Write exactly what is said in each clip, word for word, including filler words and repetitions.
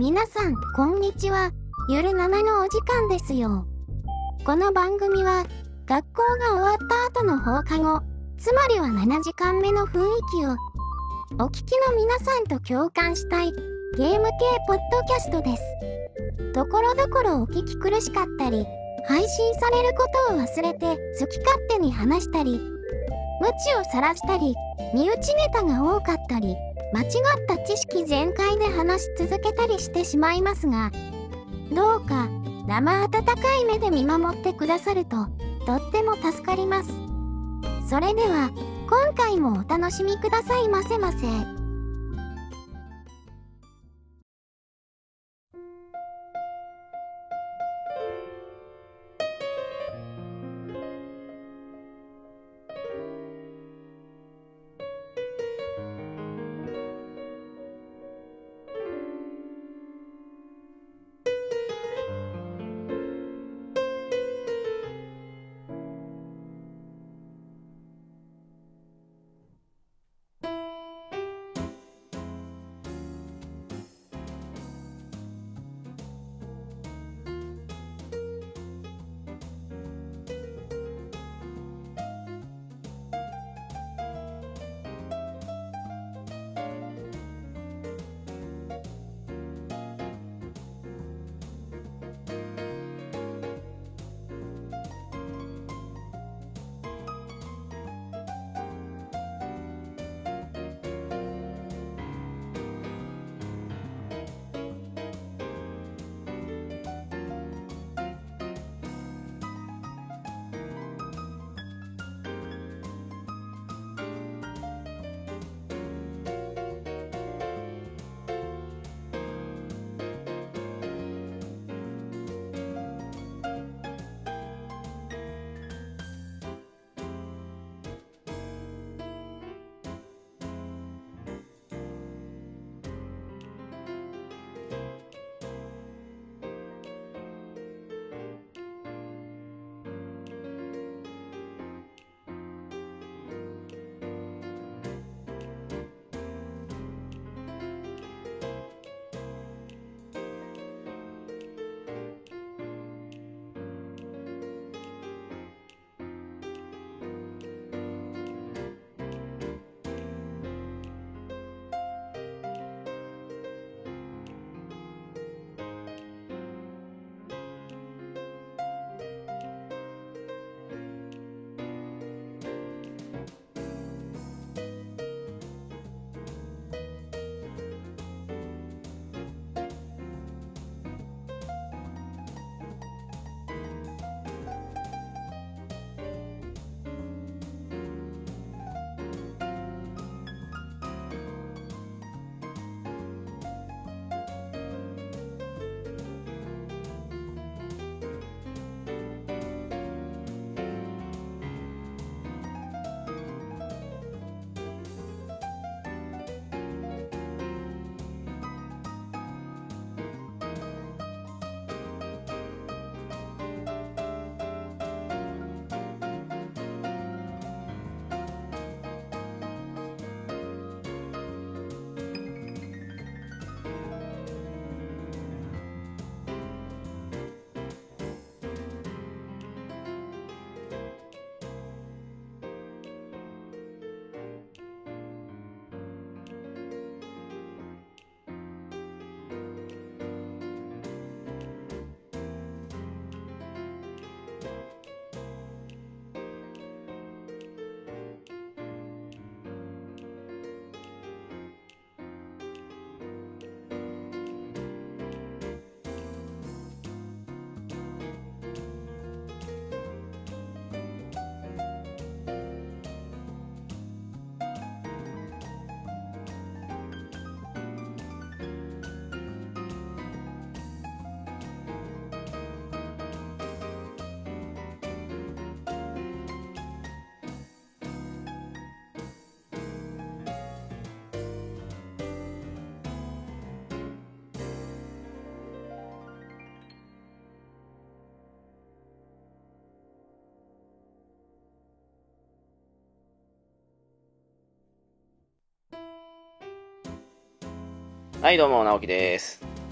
皆さん、こんにちは。ゆるななのお時間ですよ。この番組は、学校が終わった後の放課後、つまりはななじかんめの雰囲気を、お聞きの皆さんと共感したい、ゲーム系ポッドキャストです。ところどころお聞き苦しかったり、配信されることを忘れて好き勝手に話したり、無知を晒したり、身内ネタが多かったり、間違った知識全開で話し続けたりしてしまいますが、どうか生温かい目で見守ってくださるととっても助かります。それでは今回もお楽しみくださいませませ。 はい、どうも、直樹です。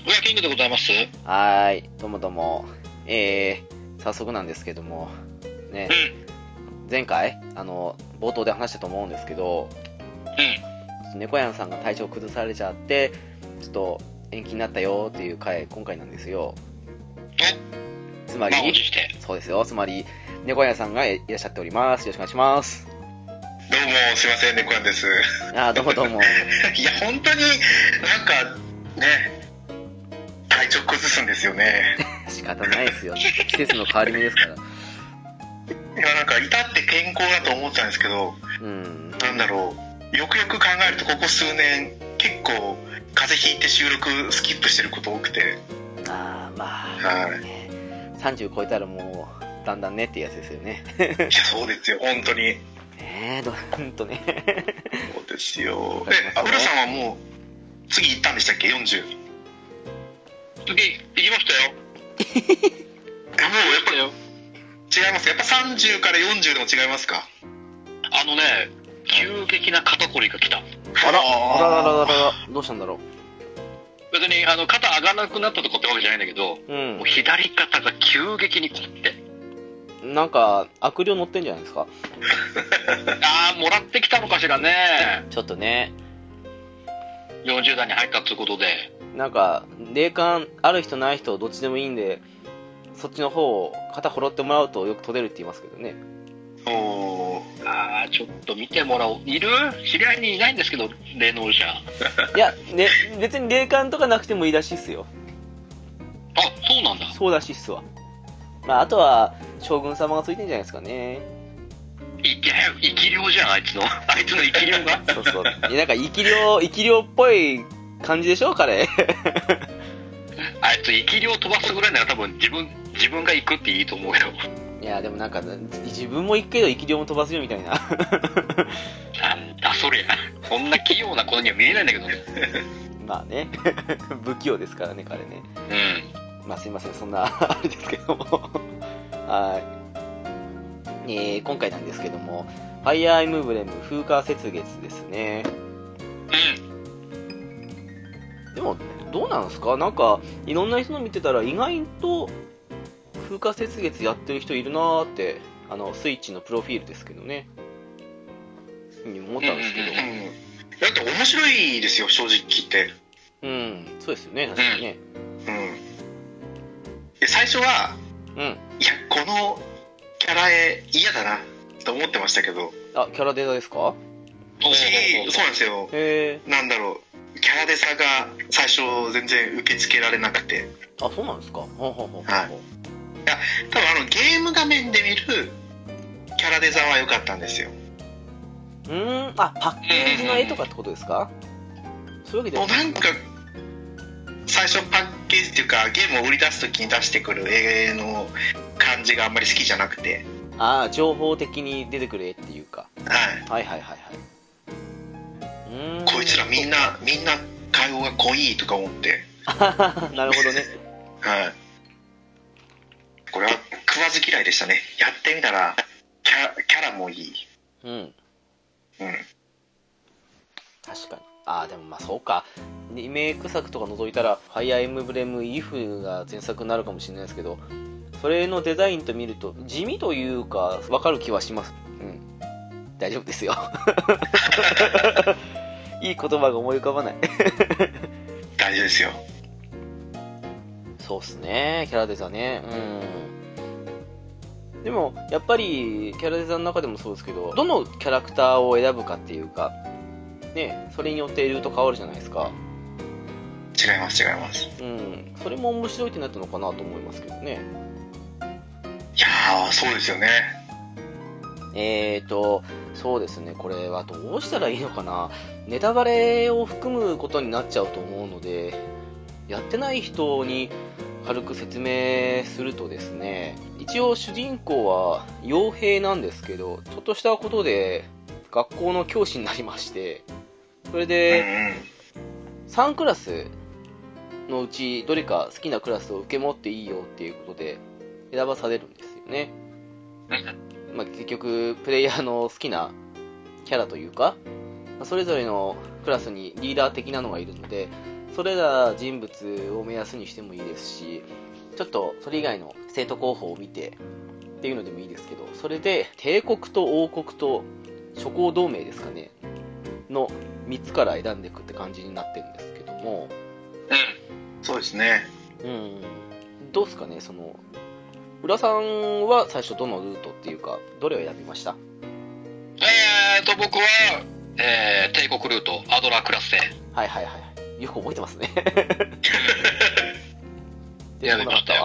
うわ、キングでございます。 はーい、どうもどうも。えー、早速なんですけども、ね、 うん。 前回、あの、冒頭で話したと思うんですけど、 うん。 猫やんさんが体調崩されちゃって、ちょっと延期になったよっていう回、今回なんですよ。つまり、 満を持して。 そうですよ、つまり、猫やんさんがいらっしゃっております。よろしくお願いします。 どうも、すいません、猫やんです。 あー、どうもどうも。 いや、本当になんか、ね、体調崩すんですよね。 仕方ないですよ。季節の変わり目ですから。 いや、なんか、至って健康だと思ってたんですけど、 うん。 なんだろう、よくよく考えると、ここ数年、結構、風邪ひいて収録スキップしてること多くて。 あー、まあ、 はい。 ね、さんじゅう超えたらもう、だんだんねってやつですよね。 いや、そうですよ、本当に。 ねえ、どほんとね。 そうですよ。え、浦さんはもう、次行ったんでしたっけ ?よんじゅう。 次、行きましたよ。 え、もうやっぱり、違います。やっぱさんじゅうからよんじゅうでも違いますか？ あのね、急激な肩こりが来た。 あら、あららららら、どうしたんだろう。 別にあの肩上がらなくなったとかってわけじゃないんだけど、 うん、 もう左肩が急激に凝って。 なんか、悪霊乗ってんじゃないですか。 あー、もらってきたのかしらね。 ちょっとね。 よんじゅう代に入ったってことで。 なんか、霊感ある人ない人どっちでもいいんで、そっちの方を肩ほろってもらうとよく取れるって言いますけどね。 おー。 あー、ちょっと見てもらおう。いる？知り合いにいないんですけど、霊能者。 いや、ね、別に霊感とかなくてもいいらしいっすよ。 あ、そうなんだ。 そうらしいっすわ。まあ、あとは、将軍様がついてんじゃないですかね。 いや、生き量じゃん、あいつの。あいつの生き量が。 そうそう。いや、なんか生き量、生き量っぽい感じでしょ、彼。 あいつ生き量飛ばすぐらいなら多分自分、自分が行くっていいと思うよ。 いや、でもなんか、自分も行くけど生き量も飛ばすよみたいな。 なんだそりゃ。そんな器用な子には見えないんだけどね。 まあね。不器用ですからね、彼ね。 うん。 まあすいません、そんな、あれですけども。はい。えー、今回なんですけども、ファイアーエムブレム風化雪月ですね。 うん。 でも、どうなんですか？なんか、いろんな人の見てたら意外と、風化雪月やってる人いるなーって、あの、スイッチのプロフィールですけどね。に思ったんですけど。 うん。だって面白いですよ、正直言って。 うん、そうですよね、確かにね。 うん。で、最初は、 うん。 いや、このキャラ絵嫌だな、と思ってましたけど。 あ、キャラデザですか？ 私、そうなんですよ。 へなんだろう、キャラデザが最初全然受け付けられなくて。 ー。あ、そうなんですか？ほうほうほうほう。 はい。いや、多分あの、ゲーム画面で見るキャラデザは良かったんですよ。 うーん、あ、パッケージの絵とかってことですか？そういうわけではもうなんか、最初パッケージっていうか、ゲームを売り出すときに出してくる絵の感じがあんまり好きじゃなくて。 ああ、情報的に出てくる絵っていうか。 はい。 はいはいはいはい。うーん。 こいつらみんな、みんな会話が濃いとか思って。 なるほどね。 はい。これは食わず嫌いでしたね。やってみたら、キャキャラもいい。 うん。 うん。 確かに。ああ、でもまあそうか。リメイク作とか除いたら、ファイアーエムブレムイフが前作になるかもしれないですけど、それのデザインと見ると、地味というか、わかる気はします。うん。大丈夫ですよ。いい言葉が思い浮かばない。 大丈夫ですよ。 そうっすね、キャラデザね。うん。でも、やっぱり、キャラデザの中でもそうですけど、どのキャラクターを選ぶかっていうか、ね、それによってルート変わるじゃないですか。 違います、違います。 うん。それも面白いってなったのかなと思いますけどね。 いやー、そうですよね。 えーと、そうですね、これはどうしたらいいのかな。ネタバレを含むことになっちゃうと思うので、やってない人に軽く説明するとですね、一応主人公は傭兵なんですけど、ちょっとしたことで学校の教師になりまして、それでうんうん。 さんクラスのうちどれか好きなクラスを受け持っていいよっていうことで選ばされるんですよね。まあ、結局プレイヤーの好きなキャラというかそれぞれのクラスにリーダー的なのがいるので、それら人物を目安にしてもいいですし、ちょっとそれ以外の生徒候補を見てっていうのでもいいですけど、それで帝国と王国と諸侯同盟ですかねのみっつから選んでいくって感じになってるんですけども、 うん、そうですね。 うん、どうですかね、その浦さんは最初どのルートっていうかどれを選びました？ えーと僕は、えー、帝国ルートアドラークラスで、 はいはいはい、よく覚えてますね。 やりましたよ。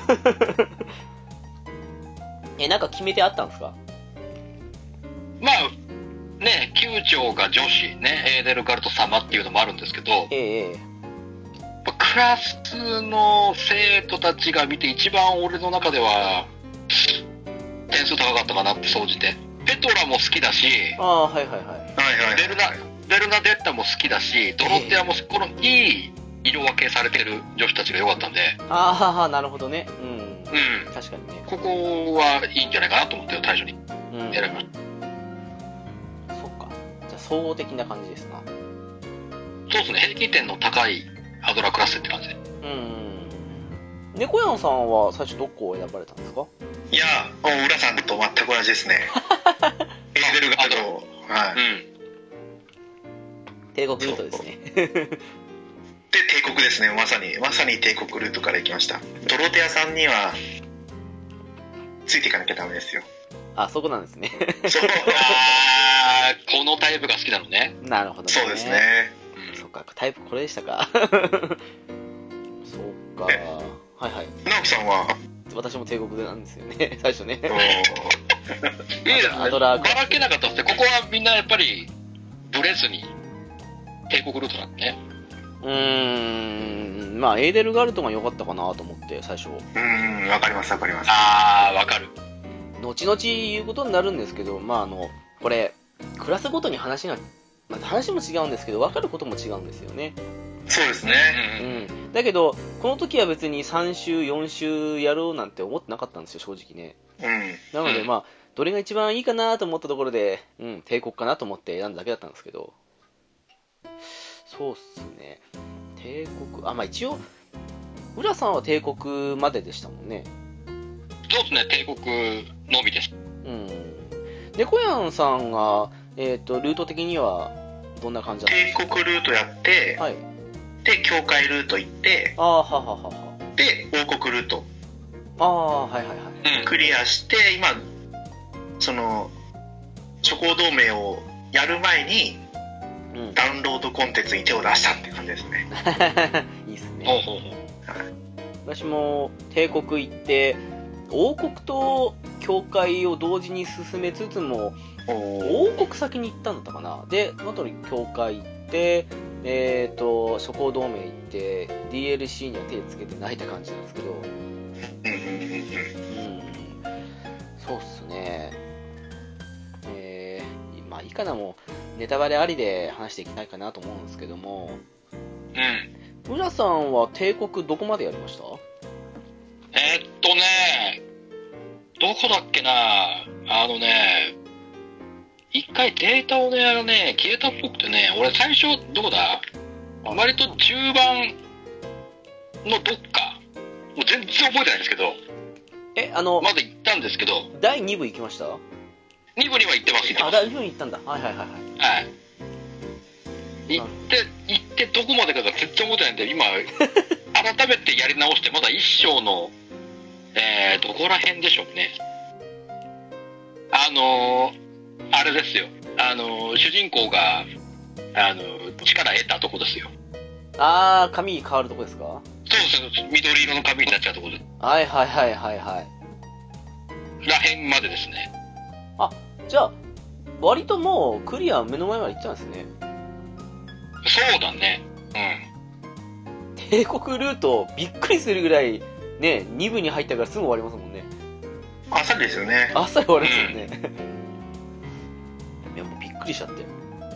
え、なんか決めてあったんですか？ まあね、宮長が女子ね、エーデルガルト様っていうのもあるんですけど、 ええ、 クラスの生徒たちが見て一番俺の中では点数高かったかなって総じて。ペトラも好きだし、 ああ、はいはいはい。 はいはい。 ベルナベルナデッタも好きだし、ドロテアもこのいい色分けされてる女子たちが良かったんで、 ああ、なるほどね。うん。 うん、 確かにね。 ここはいいんじゃないかなと思って最初にうん。 選びましそっか。じゃあ総合的な感じですな。 た。そうですね、平均点の高いアドラークラスって感じで。 うん。猫やんさんは最初どこを選ばれたんですか？ いや、もう浦さんと全く同じですね。エーデルガルト、はい。 うん。 帝国ルートですね。 で、帝国ですね、まさに。まさに帝国ルートから行きました。ドロテアさんには、ついていかなきゃダメですよ。 あ、そこなんですね。 そう。 あー、このタイプが好きなのね。 なるほどね。 そうですね。 うん、 そっか、タイプこれでしたか。そっか。はいはい。 直樹さんは、 私も帝国なんですよね、最初ね。 おーいいですね。 アドラーばらけなかったっすね。ここはみんなやっぱりブレずに帝国ルートなんでね。 うーん、まあエーデルガルトが良かったかなと思って最初。 うーん、わかりますわかります。 あー、わかる。 後々言うことになるんですけど、まああのこれクラスごとに話が、まあ、話も違うんですけど分かることも違うんですよね。 そうですね。 う。 うんん。だけどこの時は別にさん週よん週やろうなんて思ってなかったんですよ、正直ね。 うん。 なのでまあどれが一番いいかなと思ったところで、うん、帝国かなと思って選んだだけだったんですけど。そうっすね。帝国、あ、まあ一応浦さんは帝国まででしたもんね。 そうですね、帝国のみです。 うん。猫やんさんが、えっと、ルート的にはどんな感じだったんですか？ 帝国ルートやって、 はい。 で、教会ルート行って、 ああ、はははは。 で、王国ルートああ、はいはいはい。 うん。 クリアして、今、その、諸侯同盟をやる前に、 うん。 ダウンロードコンテンツに手を出したっていう感じですね。 いいっすほうね。 ほうほう。 私も帝国行って、王国と教会を同時に進めつつも、 お王国先に行ったんだったかな。で、その後に教会行って、えっと、諸侯同盟行って、ディーエルシー には手つけて泣いた感じなんですけど、 うんうんうんうん。 うん、そうっすね。えー、まあいいかな、もうネタバレありで話していきたいかなと思うんですけども、 うん。 浦さんは帝国どこまでやりました？ えーっとね、どこだっけな、あのね、一回データをね、ね、消えたっぽくてね、俺最初、どこだ割と中盤のどっか、もう全然覚えてないんですけど、 え、あの、 まだ行ったんですけど、 だいに部行きました？ に部には行ってます、行ってあ、 ます。 だいに部に行ったんだ。はいはいはいはい。 はい。行って、行ってどこまでかが全然覚えてないんで、今、改めてやり直して、まだ一章の、えー、どこら辺でしょうね。あのー、あれですよ。あのー、主人公が、あのー、力得たとこですよ。 あー、髪変わるとこですか？ そうですね、緑色の髪になっちゃうところで。 はいはいはいはいはい。 ら辺までですね。 あ、じゃあ、割ともうクリア目の前まで行っちゃうんですね。 そうだね。うん。 帝国ルートびっくりするぐらいね、に部に入ったからすぐ終わりますもんね。 あっさりですよね。 あっさり終わりますよね。いやもうびっくりしちゃって。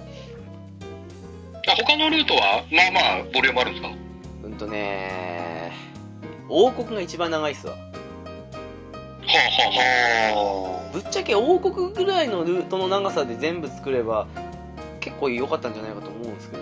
他のルートは、まあまあ、ボリュームあるんですか？ うんとね王国が一番長いっすわ。 はあはあはぶっちゃけ王国ぐらいのルートの長さで全部作れば結構良かったんじゃないかと思うんですけど、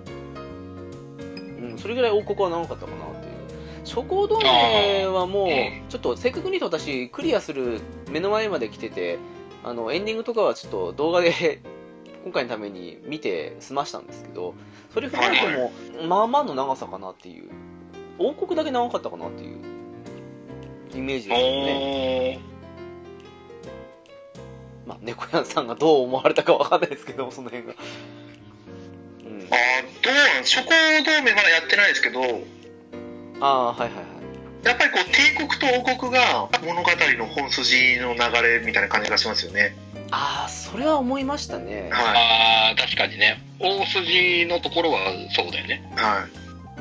うん、それぐらい王国は長かったかなっていう。諸行同盟はもうちょっと正確に言うと私クリアする目の前まで来てて、あのエンディングとかはちょっと動画で今回のために見て済ましたんですけど、それ踏まえてもまあまあの長さかなっていう。王国だけ長かったかなっていうイメージですよね。まあ猫屋さんがどう思われたかわかんないですけど、その辺が、うん、 ああ、どうなん諸行同盟まだやってないですけど、 ああ、はいはいはい。 やっぱりこう帝国と王国が物語の本筋の流れみたいな感じがしますよね。 ああ、それは思いましたね。 はい。 ああ、確かにね。大筋のところはそうだよね。 はい。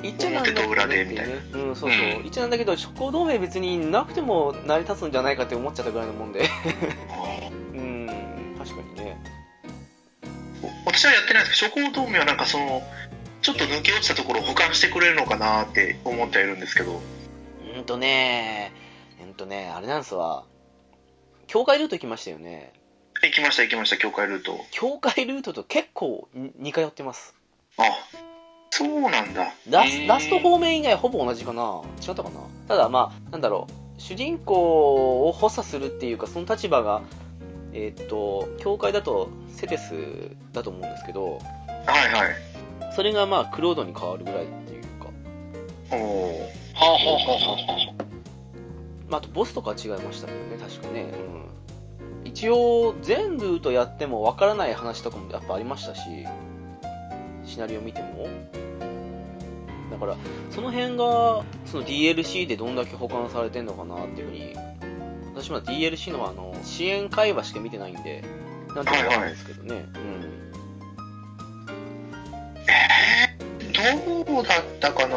一応なんだけど、ね、 表と裏でみたいな。 うん、そうそう。うん、一応なんだけど、諸行同盟別になくても成り立つんじゃないかって思っちゃったぐらいのもんで。うん、確かにね。 私はやってないですけど、諸行同盟はなんかその、ちょっと抜け落ちたところを補完してくれるのかなって思っているんですけど。 うんとね、うんとね、あれなんですわ。境界ルート行きましたよね。 行きました行きました、境界ルート。 境界ルートと結構似通ってます。 あ、そうなんだ。 ラス、ラスト方面以外ほぼ同じかな。違ったかな。ただまあ、なんだろう。主人公を補佐するっていうか、その立場が、えー、っと、境界だとセテスだと思うんですけど、 はいはい。 それがまあ、クロードに変わるぐらいっていうか。 おお。 はあはあはあはあ。 まあ、あとボスとかは違いましたけどね、確かね。うん。一応、全ルートやってもわからない話とかもやっぱありましたし、シナリオ見ても。だから、その辺が、その ディーエルシー でどんだけ保管されてんのかなっていうふうに、私も ディーエルシー のあの、支援会話しか見てないんで、なんともわかんないですけどね。はいはい、うん。 えー、どうだったかな。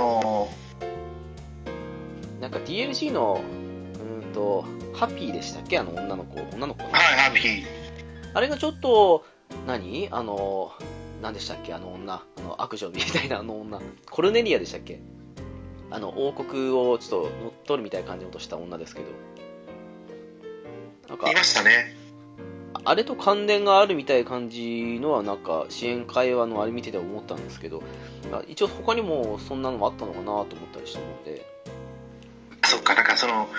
なんか ディーエルシー の、うーんと、ハッピーでしたっけ、あの女の子。女の子、ね、 はい、ハッピー。 あれがちょっと、何あの、何でしたっけ、あの女。あの、悪女みたいなあの女。コルネリアでしたっけ、あの、王国をちょっと乗っ取るみたいな感じのとした女ですけど。なんか、 いましたね。 あれと関連があるみたいな感じのは、なんか、支援会話のあれ見てて思ったんですけど、一応他にもそんなのもあったのかなと思ったりしたので。 そっか、なんかその、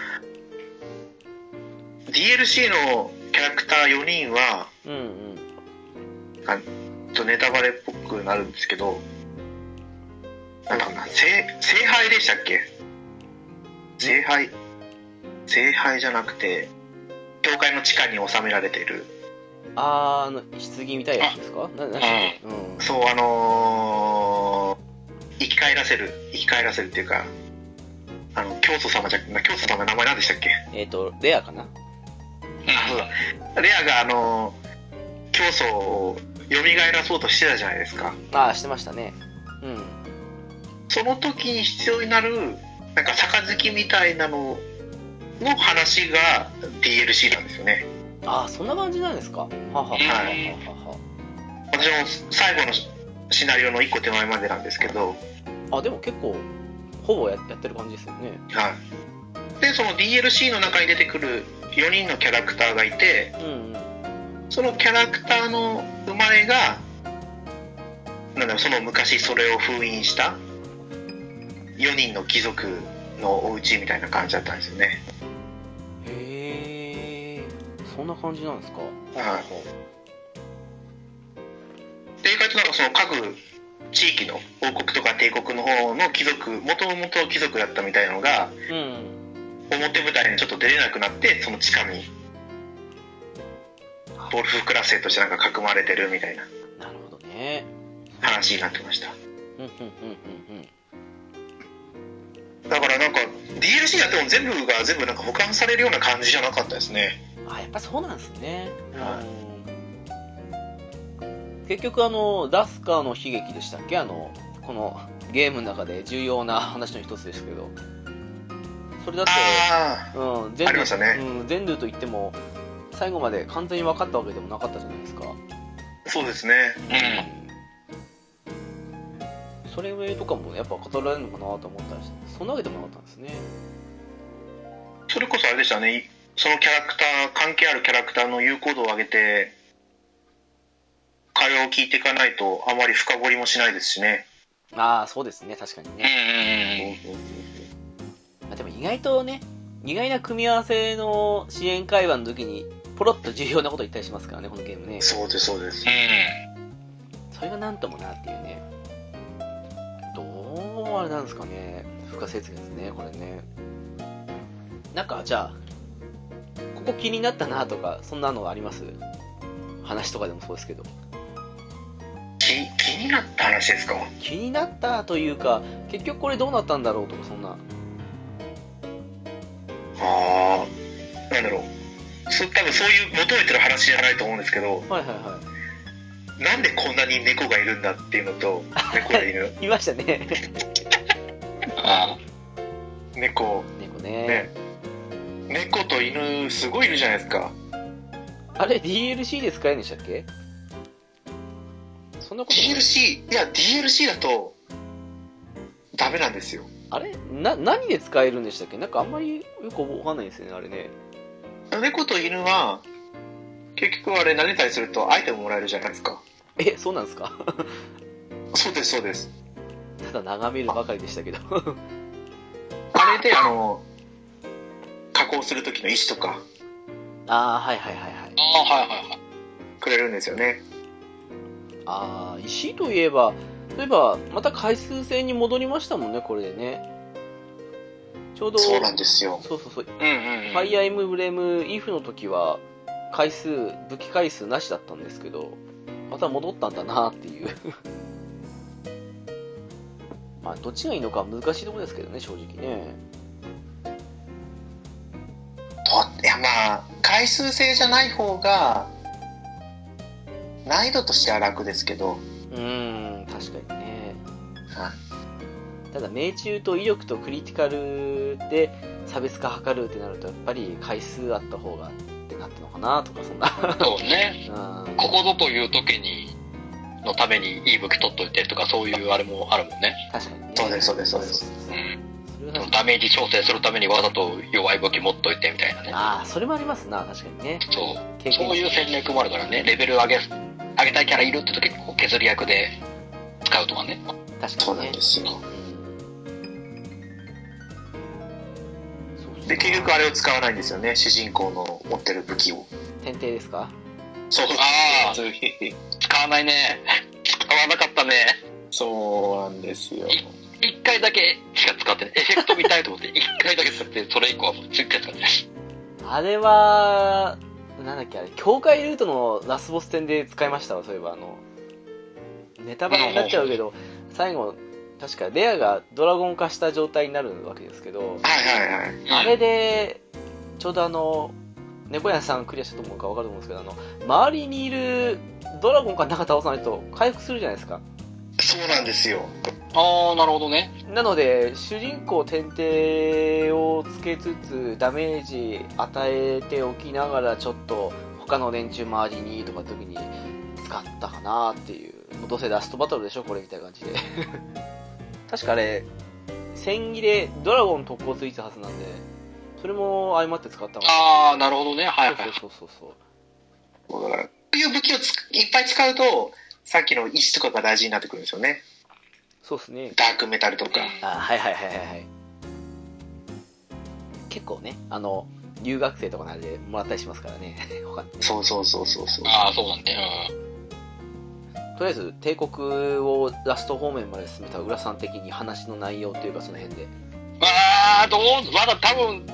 ディーエルシー のキャラクターよにんは、 うんうん。 あとネタバレっぽくなるんですけど、なんだろうな、聖、聖杯でしたっけ？聖杯、聖杯じゃなくて、教会の地下に収められている。 あー、あの、棺みたいなやつですか？な、な、うん。 そう、あのー、生き返らせる、生き返らせるっていうか、あの、教祖様じゃ、教祖様の名前何でしたっけ？ えっと、レアかな？あ、 そうだ。レアが、あのー、教祖を蘇らそうとしてたじゃないですか。 ああ、してましたね。うん。 その時に必要になる、なんか杯みたいなのの話が ディーエルシー なんですよね。 ああ、そんな感じなんですか。はははははは。 私も最後のシナリオのいっこ手前までなんですけど。 あ、でも結構、ほぼ や, やってる感じですよね。 はい。で、その ディーエルシー の中に出てくるよにんのキャラクターがいて、 うんうん、 そのキャラクターの生まれが、なんだろう、その昔それを封印したよにんの貴族のお家みたいな感じだったんですよね。 へえ、そんな感じなんですか。はい。 で、意外となんかその各地域の王国とか帝国の方の貴族、もともと貴族だったみたいなのが、うん、表舞台にちょっと出れなくなって、その地下にボルフクラス生としてなんか囲まれてるみたいな。 なるほどね。 話になってました。 うんうんうんうんうん。 だからなんか ディーエルシー やっても全部が全部なんか保管されるような感じじゃなかったですね。 あ、やっぱそうなんですね。はい、結局あのラスカーの悲劇でしたっけ、あのこのゲームの中で重要な話の一つですけど、それだってうん、全ル、ね、うん、全ルーと言っても最後まで完全に分かったわけでもなかったじゃないですか。 そうですね。 うん。それとかもやっぱ語られるのかなと思ったりして、そんなわけでもなかったんですね。 それこそあれでしたね。そのキャラクター、関係あるキャラクターの有効度を上げて、語会話を聞いていかないとあまり深掘りもしないですしね。 ああ、そうですね、確かにうんね。 うんうん。 まあ、でも意外とね、意外な組み合わせの支援会話の時に、ポロッと重要なこと言ったりしますからね、このゲームね。 そうです、そうです。 それがなんともなっていうね。どうあれなんですかね。不可説ですね、これね。なんか、じゃあ、ここ気になったなとか、そんなのあります？話とかでもそうですけど。 気気になった話ですか？ 気になったというか、結局これどうなったんだろうとか、そんな。 ああ、なんだろう。そ多分そういう求めてる話じゃないと思うんですけど、 はいはいはなんでこんなに猫がいるんだっていうのと、猫がいる。 い。いましたね。 あ猫、 猫ね。 ね。猫と犬すごいいるじゃないですか。 あれ ディーエルシー で使えるんでしたっけ？そんなことない。 ディーエルシー、いや ディーエルシー だとダメなんですよ。 あれな、何で使えるんでしたっけ？なんかあんまりよくわかんないですよね、あれね。 猫と犬は結局あれ投げたりするとアイテムもらえるじゃないですか。 え、そうなんですか？ そうです、そうです。 ただ眺めるばかりでしたけど。 あれであの加工する時の石とかああ、はいはいはいはい。 ああ、はいはいはい。 くれるんですよね。 ああ、石といえば、例えば、また回数制に戻りましたもんね、これでね。ちょうど、 そうなんですよ。 そうそうそう。 うんうんうん。 ファイアーエムブレムイフの時は、回数、武器回数なしだったんですけど、また戻ったんだなっていう。まあ、どっちがいいのかは難しいところですけどね、正直ね。 といやまあ回数制じゃない方が難易度としては楽ですけど、 うーん、確かにね。 はい、 ただ命中と威力とクリティカルで差別化図るってなるとやっぱり回数あった方がってなったのかなとか、そんな。 そうね。 うんここぞという時に、のためにいい武器取っといてとか、そういうあれもあるもんね。 確かにね。 そうですそうですそうですうん。 それはダメージ調整するためにわざと弱い武器持っといてみたいなね。 ああ、それもありますな、確かにね。 そう。 経験そういう戦略もあるからね、レベル上げ、上げたいキャラいるって時にこう削り役で使うとかね。 確かにね。 そうなんですよ。 うんそうそうで結局あれを使わないんですよね、主人公の持ってる武器を。 天帝ですか？ そうあーそう使わないね。使わなかったね。 そうなんですよ。 一回だけしか使ってない。エフェクト見たいと思って一回だけ使って、それ以降はもう十回使ってない。 あれは、なんだっけあれ、境界ルートのラスボス戦で使いましたわ、そういえばあの、ネタバレになっちゃうけど、最後、確かレアがドラゴン化した状態になるわけですけど、 はいはいはい。 あれで、ちょうどあの、猫屋さんクリアしたと思うか分かると思うんですけど、あの、周りにいるドラゴンかなんか倒さないと回復するじゃないですか。 そうなんですよ。 あー、なるほどね。 なので、主人公天帝をつけつつ、ダメージ与えておきながら、ちょっと他の連中周りにとか時に使ったかなっていう。もうどうせラストバトルでしょこれみたいな感じで。確かあれ、戦技でドラゴン特攻ついてたはずなんで、それも相まって使ったのかあー、なるほどね。はいはい。 そうそうそうそう。 だからこういう武器をついっぱい使うと、さっきの石とかが大事になってくるんですよね。 そうですね。 ダークメタルとか。 あ、はいはいはいはいはい。結構ね、あの、留学生とかなんでもらったりしますからね。他にそうそうそうそうそう。 あー、そうなんだよ。 とりあえず、帝国をラスト方面まで進めた浦さん的に話の内容というかその辺で。 あー、どう、まだ多分、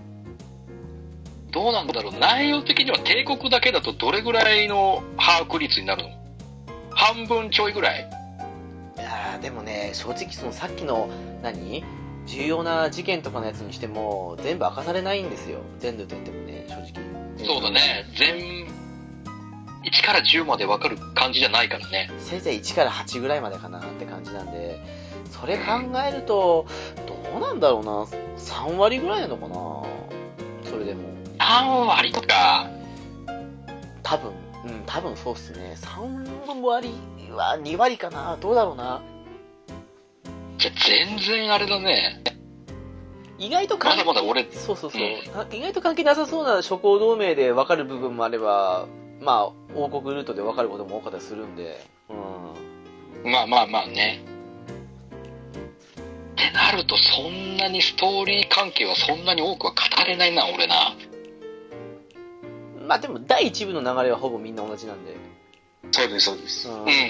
どうなんだろう。内容的には帝国だけだとどれぐらいの把握率になるの？半分ちょいぐらい？ いやーでもね、正直そのさっきの、何重要な事件とかのやつにしても、全部明かされないんですよ。全部と言ってもね、正直。 そうだね。全、いちからじゅうまで分かる感じじゃないからね。 せいぜいいちからはちぐらいまでかなって感じなんで、それ考えると、どうなんだろうな、さん割ぐらいなのかな、それでも。 さん割とか。 多分、うん、多分そうっすね。さん割はに割かな、どうだろうな。 じゃ、全然あれだね。 意外と関係、 まだまだ俺そうそうそう、 う意外と関係なさそうな諸行同盟で分かる部分もあれば、まあ、 王国ルートで分かることも多かったりするんで、うん。 まあまあまあね。ってなると、そんなにストーリー関係はそんなに多くは語れないな、俺な。 まあでも、第一部の流れはほぼみんな同じなんで。 そうです、そうです。 うん。 うんうんうんうん。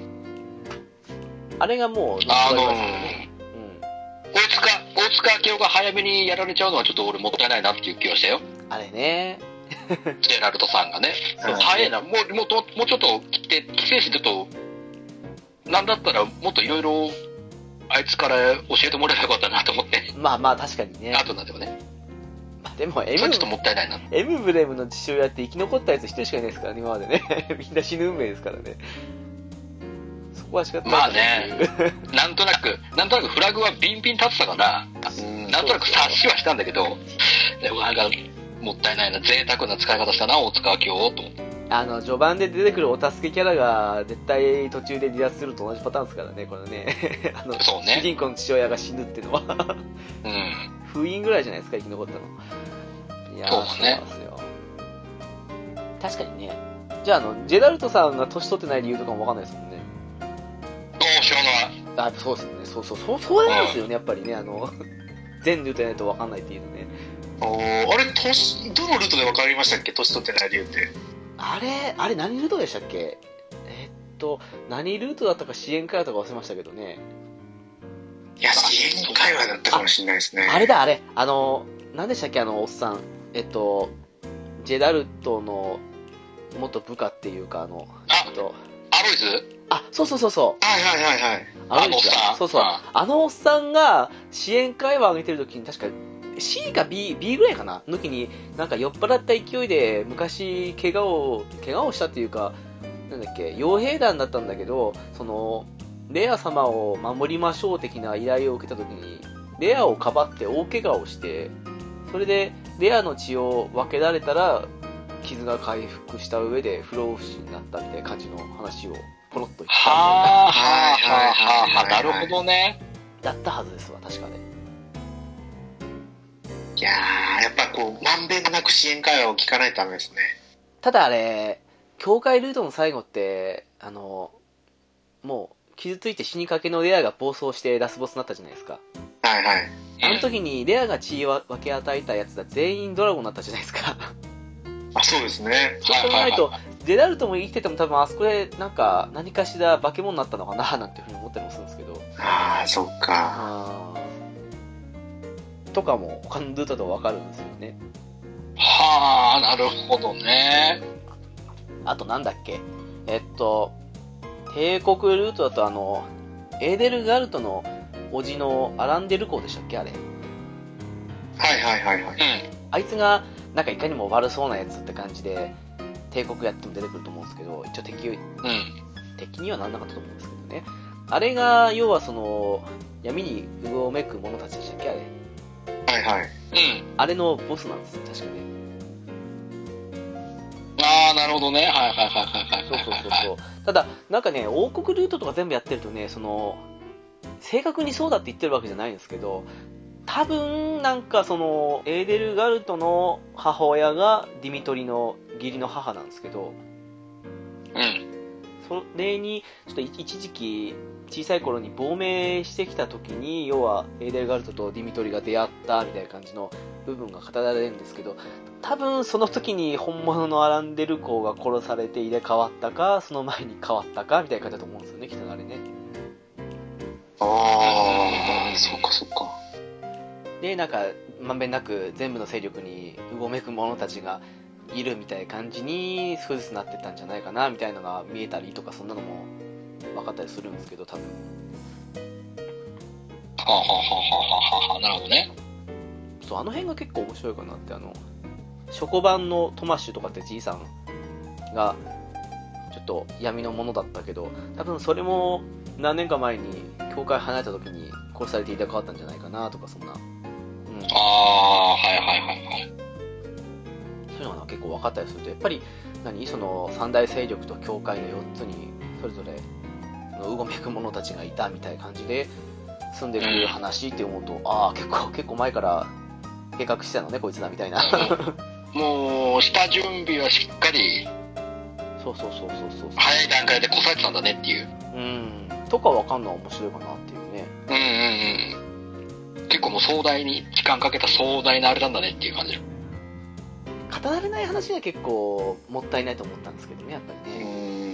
あれがもう、 あのー、 うん。 大塚、大塚明夫が早めにやられちゃうのはちょっと俺もったいないなっていう気がしたよ。 あれね。 ジェラルトさんがね。 そう早いな。もう、もう、もうちょっと来て、規制してちょっと、なんだったらもっといろいろ、あいつから教えてもらえばよかったなと思って。 まあまあ確かにね。 あとなんでもね。 まあでも、エム、 それちょっともったいないな。 エムブレムの父親って生き残ったやつ一人しかいないですからね、今までね。みんな死ぬ運命ですからね。そこは仕方ない。 まあね、なんとなく、なんとなくフラグはビンビン立ってたから、なんとなく察しはしたんだけど、でもなんか、もったいないな、贅沢な使い方したな、大塚明夫と思って。 あの、序盤で出てくるお助けキャラが、絶対途中で離脱すると同じパターンですからね、これね。あの、 そうね、 主人公の父親が死ぬっていうのは。 うん。 封印ぐらいじゃないですか、生き残ったの。いやー、 そうだね。 そうなんですよ。確かにね。じゃあ、あの、ジェラルトさんが年取ってない理由とかもわかんないですもんね。 どうしような。 あ、そうですね。そうそう、そう、そうなんですよね、やっぱりね、あの、全ルートやないとわかんないっていうのね。 おー、あれ、年、どのルートで分かりましたっけ、年取ってない理由って。 あれ、あれ何ルートでしたっけ？えーっと、何ルートだったか支援会だったか忘れましたけどね。 いや、支援会話だったかもしれないですね。 あれだ、あれ。あの、何でしたっけ、あの、おっさん。えっと、ジェラルトの元部下っていうか、あの、えっと、 アロイズ？ あ、そうそうそうそう。 はいはいはいはい。 あのおっさん。そうそう。あのおっさんが支援会話を上げてる時に確か C か B、B ぐらいかなの時に、なんか酔っ払った勢いで昔怪我を、怪我をしたっていうか、なんだっけ、傭兵団だったんだけど、その、レア様を守りましょう的な依頼を受けた時に、レアをかばって大怪我をして、それでレアの血を分けられたら、傷が回復した上で不老不死になったみたいな感じの話をポロッと言ったはあ、はあ、はあ、はあ、なるほどね。 だったはずですわ、確かね。 いやー、やっぱこう、まんべんなく支援会話を聞かないとダメですね。 ただあれ、境界ルートの最後って、あの、もう、傷ついて死にかけのレアが暴走してラスボスになったじゃないですか。 はいはい。 あの時にレアが血を分け与えたやつが全員ドラゴンになったじゃないですか。 あ、そうですね。 そう考えると、ジェラルトも生きてても多分あそこでなんか何かしら化け物になったのかななんていうふうに思ったりもするんですけど。 ああ、そっか。 あとかも他のルートだと分かるんですよね。 はあ、なるほどね。 あとなんだっけ、えっと、帝国ルートだとあの、エーデルガルトの叔父のアランデル公でしたっけあれ。 はいはいはいはい。 うん。 あいつが、なんかいかにも悪そうなやつって感じで、帝国やっても出てくると思うんですけど、一応敵、うん、敵にはなんなかったと思うんですけどね。あれが、要はその、闇にうごめく者たちでしたっけあれ。 はいはい。うん。 あれのボスなんですよ、確かね。 ああ、なるほどね。はいはいはいはいはい。 そうそうそうそう。ただ、なんかね、王国ルートとか全部やってるとね、その、正確にそうだって言ってるわけじゃないんですけど、多分、なんかその、エーデルガルトの母親がディミトリの義理の母なんですけど、 うん。 それに、ちょっと一時期、小さい頃に亡命してきた時に、要は、エーデルガルトとディミトリが出会ったみたいな感じの部分が語られるんですけど、多分その時に本物のアランデル公が殺されて入れ替わったか、その前に変わったか、みたいな感じだと思うんですよね、きっとあれね。 ああ、そっかそっか。 で、なんか、まんべんなく全部の勢力にうごめく者たちがいるみたいな感じに少しずつなってったんじゃないかなみたいなのが見えたりとか、そんなのも分かったりするんですけど、多分。 はあはあはあはあはあ、なるほどね。 そう、あの辺が結構面白いかなって、あの、初古版のトマッシュとかってじいさんがちょっと闇のものだったけど、多分それも何年か前に教会離れた時に殺されて入れ替わったんじゃないかなとか、そんな。うん。 ああ、はいはいはいはい。 そういうのが結構分かったりすると、やっぱり何その三大勢力と教会のよっつにそれぞれのうごめく者たちがいたみたいな感じで住んでる話って思うと、うん、ああ結構結構前から計画してたのねこいつだみたいな。 もう下準備はしっかりそうそうそうそうそう。 早い段階でこさえてたんだねっていう。 うん。とかわかんのは面白いかなっていうね。 うんうんうん。結構もう壮大に、時間かけた壮大なあれなんだねっていう感じ。 語られない話は結構もったいないと思ったんですけどね、やっぱりね。 うん。 うん。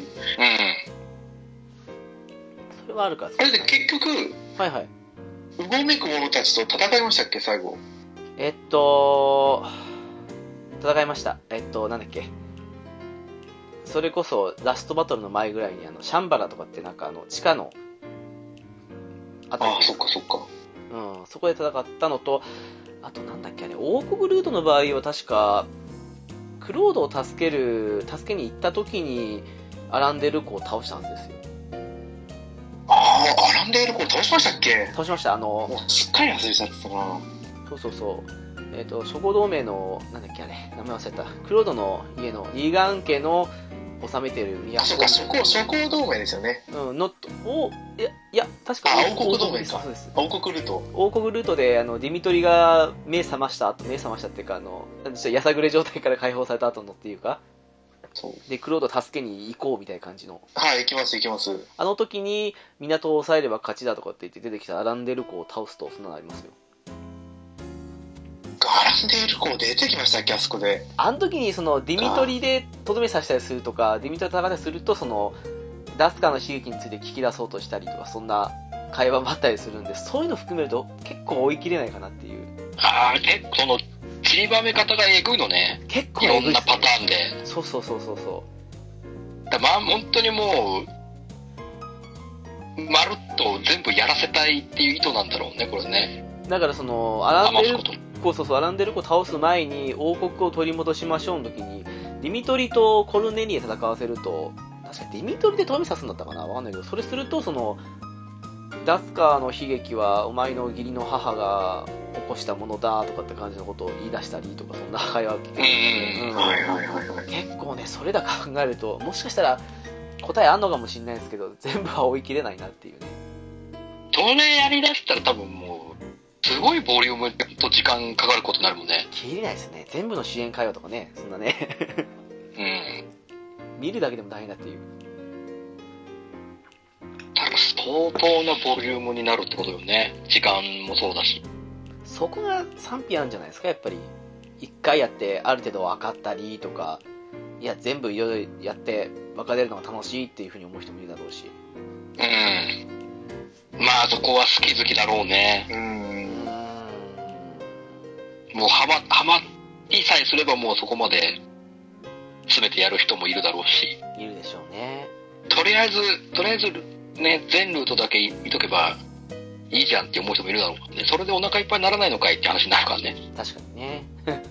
それはあるから。 あれで結局、 はいはい。 うごめく者たちと戦いましたっけ、最後。 えっと、戦いました。えっと、なんだっけ。それこそ、ラストバトルの前ぐらいに、あの、シャンバラとかってなんかあの、地下の、あたりああ、そっかそっか。 うん、そこで戦ったのと、あとなんだっけね、王国ルートの場合は確か、クロードを助ける、助けに行った時に、アランデルコを倒したはずですよ。 ああ、アランデールコー倒しましたっけ。 倒しました、あの、 もうすっかり忘れちゃってたな。 そうそうそう。えっ、ー、と、諸侯同盟の、なんだっけあれ、名前忘れた。クロードの家の、リーガン家の治めてる都。 あ、そっか、諸侯、諸侯同盟ですよね。 うん、の、お、いや、いや、確かあ、王国同盟か。 そうです。 王国ルート。 王国ルートで、あの、ディミトリが目覚ました後、目覚ましたっていうか、あの、なんでしょう、やさぐれ状態から解放された後のっていうか、 そうで、クロード助けに行こうみたいな感じの。 はい、行きます行きます。 あの時に、港を抑えれば勝ちだとかって言って出てきたアランデルコを倒すと、そんなのありますよ。 アランデールコー出てきましたっけ、あそこで。 あの時にそのディミトリでとどめさせたりするとか、ディミトリで戦ったりすると、そのダスカーの悲劇について聞き出そうとしたりとか、そんな会話もあったりするんで、そういうの含めると結構追い切れないかなっていう。 ああ、結構その散りばめ方がえぐいのね。 結構いろんなパターンで。 そうそうそうそうそう。 だまあ本当にもうまるっと全部やらせたいっていう意図なんだろうね、これね。 だからそのアランデル余すことコ、そうそう、アランデルコを倒す前に王国を取り戻しましょうの時に、ディミトリとコルネリエ戦わせると、確かディミトリでとどめさすんだったかな、わかんないけど、それするとそのダスカーの悲劇はお前の義理の母が起こしたものだとかって感じのことを言い出したりとか、そんな会話を聞いて、 うんうんはいはいはいはい。 結構ね、それだ考えると、もしかしたら答えあんのかもしれないですけど、全部は追い切れないなっていうね。 それやりだしたら多分もうすごいボリュームと時間かかることになるもんね。 切れないですね。全部の支援会話とかね、そんなねうん見るだけでも大変だっていう。 多分相当なボリュームになるってことよね。時間もそうだし。 そこが賛否あるんじゃないですか、やっぱり。一回やってある程度分かったりとか、いや全部いろいろやって分かれるのが楽しいっていうふうに思う人もいるだろうし。 うん。まあそこは好き好きだろうね。 うーん。 もうハマ、ハマりさえすればもうそこまで全てやる人もいるだろうし。 いるでしょうね。 とりあえず、とりあえずね、全ルートだけ見とけばいいじゃんって思う人もいるだろうね。それでお腹いっぱいにならないのかいって話になるからね。 確かにね。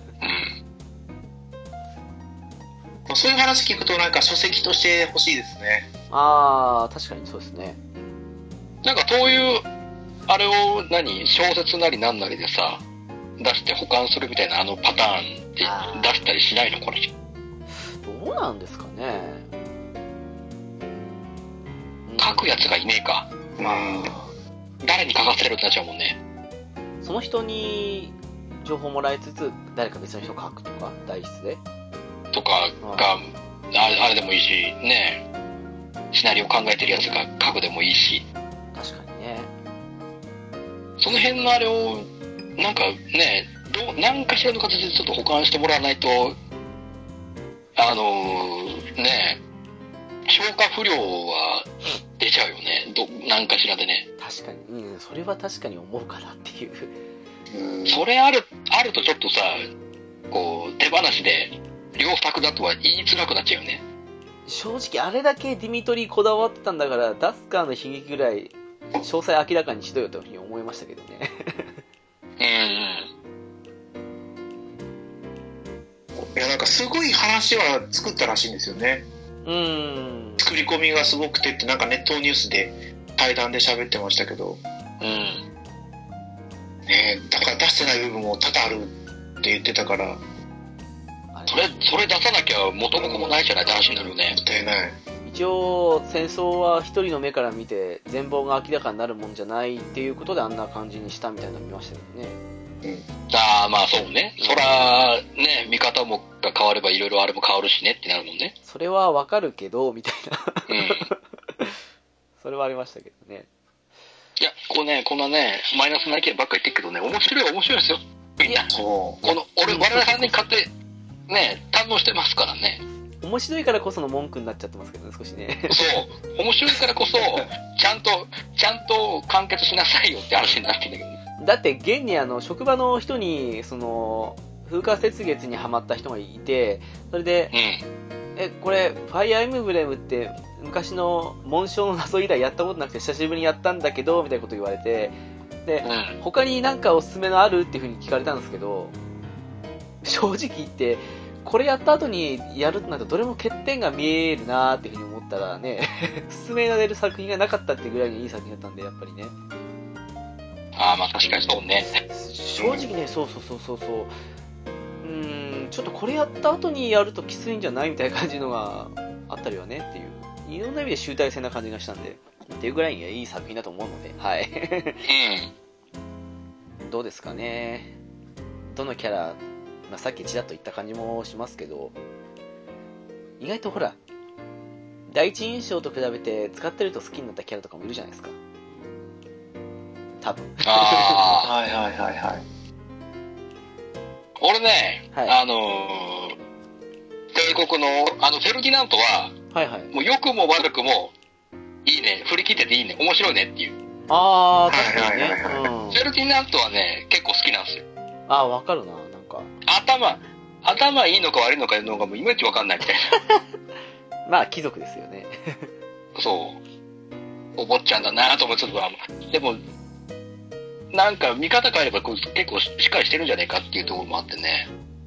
うん。 そういう話聞くとなんか書籍として欲しいですね。 あー、確かにそうですね。 なんかそういう、あれを何、小説なりなんなりでさ、出して保管するみたいなあのパターンって出したりしないのこれ。 どうなんですかね。 書くやつがいねえか。 まあ、 誰に書かせるってなっちゃうもんね。 その人に情報もらいつつ、誰か別の人を書くとか、代筆で。 とかが、あれ、あれでもいいし、ねシナリオ考えてるやつが書くでもいいし。 確かにね。 その辺のあれを、なんかね、どう、何かしらの形でちょっと保管してもらわないと、あのー、ね消化不良は出ちゃうよね。ど、何かしらでね。 確かに、うん、それは確かに思うかなっていう。 うん、 それある、あるとちょっとさ、こう、手放しで、良作だとは言いづらくなっちゃうよね。 正直あれだけディミトリーこだわってたんだから、ダスカーの悲劇ぐらい詳細明らかにしろよというふうに思いましたけどね。 うん。 いやなんかすごい話は作ったらしいんですよね。 うーん。 作り込みがすごくてってなんかネットニュースで対談で喋ってましたけど、 うん。 ね、だから出してない部分も多々あるって言ってたから、もそれ、それ出さなきゃ元も子もないじゃないって話になるよね。 ったいない。 一応戦争は一人の目から見て全貌が明らかになるもんじゃないっていうことであんな感じにしたみたいなの見ましたけどね。 ああ、まあそうね。そら、ね、見方もが変わればいろいろあれも変わるしねってなるもんね。 それはわかるけど、みたいな。 うん。いそれはありましたけどね。 や、こうね、こんなね、マイナスな意見ばっかり言ってるけどね、面白い面白いですよ。みんな。この、俺、我々さんに買って、ね、堪能してますからね。 面白いからこその文句になっちゃってますけどね、少しね。 そう。面白いからこそ、ちゃんと、ちゃんと完結しなさいよって話になってんだけどね。 だって現にあの職場の人にその風化雪月にハマった人がいて、それで、 うん。 えこれファイアーエムブレムって昔の紋章の謎以来やったことなくて久しぶりにやったんだけどみたいなこと言われて、で、 うん。 他になんかおすすめのあるっていう風に聞かれたんですけど、正直言ってこれやった後にやるとなるとどれも欠点が見えるなーっていう風に思ったらね勧められる作品がなかったっていうぐらいにいい作品だったんで、やっぱりね、 ああ、まあ確かにそうね。 正直ね、そうそうそうそうそう、うーん、ちょっとこれやった後にやるときついんじゃないみたいな感じのがあったりはねっていう、いろんな意味で集大成な感じがしたんで、っていうぐらいにいい作品だと思うので、はい。 うん。 どうですかね。どのキャラ、まあ、さっきちらっと言った感じもしますけど、意外とほら、第一印象と比べて使ってると好きになったキャラとかもいるじゃないですか。多分。 ああ。 はいはいはいはい。 俺ね、 はいあのー、帝国の、あの、フェルディナントは、 はいはい。 もう良くも悪くも、いいね、振り切ってていいね、面白いねっていう。 あー、確かにね。 はいはいはいうんフェルディナントはね、結構好きなんですよ。 あー、わかるな、なんか。 頭、頭いいのか悪いのかのがもういまいちわかんないみたいまあ、貴族ですよね。 な。そう。お坊ちゃんだなと思ってたら、でも、なんか見方変えればこう結構しっかりしてるんじゃねえかっていうところもあってね。